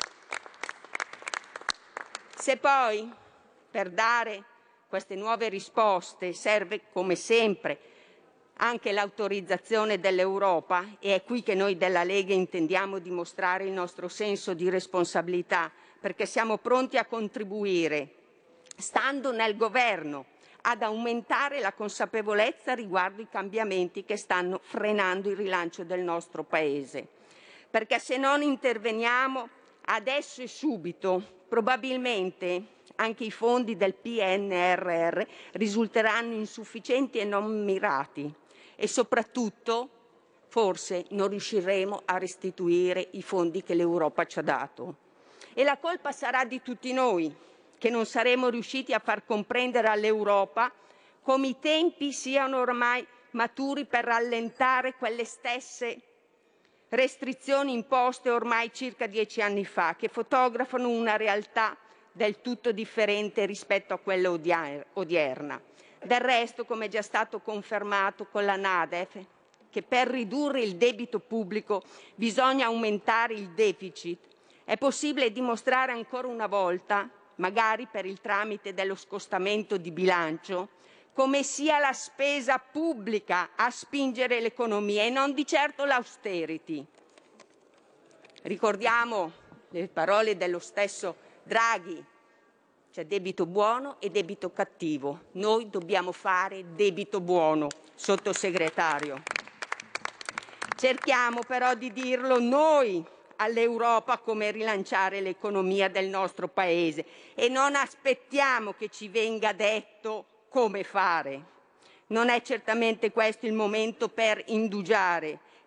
Se poi, per dare queste nuove risposte, serve come sempre anche l'autorizzazione dell'Europa, e è qui che noi della Lega intendiamo dimostrare il nostro senso di responsabilità, perché siamo pronti a contribuire, stando nel governo, ad aumentare la consapevolezza riguardo i cambiamenti che stanno frenando il rilancio del nostro Paese. Perché se non interveniamo adesso e subito, probabilmente anche i fondi del PNRR risulteranno insufficienti e non mirati e soprattutto forse non riusciremo a restituire i fondi che l'Europa ci ha dato. E la colpa sarà di tutti noi, che non saremo riusciti a far comprendere all'Europa come i tempi siano ormai maturi per rallentare quelle stesse restrizioni imposte ormai circa 10 anni fa, che fotografano una realtà del tutto differente rispetto a quella odierna. Del resto, come è già stato confermato con la NADEF, che per ridurre il debito pubblico bisogna aumentare il deficit, è possibile dimostrare ancora una volta, magari per il tramite dello scostamento di bilancio, come sia la spesa pubblica a spingere l'economia e non di certo l'austerity. Ricordiamo le parole dello stesso Draghi: c'è debito buono e debito cattivo. Noi dobbiamo fare debito buono, sottosegretario. Cerchiamo però di dirlo noi all'Europa come rilanciare l'economia del nostro Paese e non aspettiamo che ci venga detto come fare. Non è certamente questo il momento per indugiare,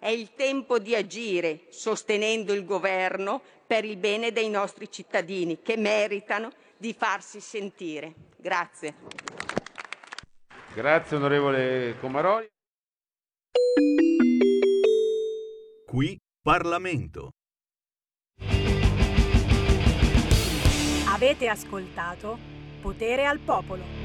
È il tempo di agire sostenendo il governo per il bene dei nostri cittadini che meritano di farsi sentire. Grazie. Grazie onorevole Comaroli. Qui Parlamento. Avete ascoltato Potere al Popolo.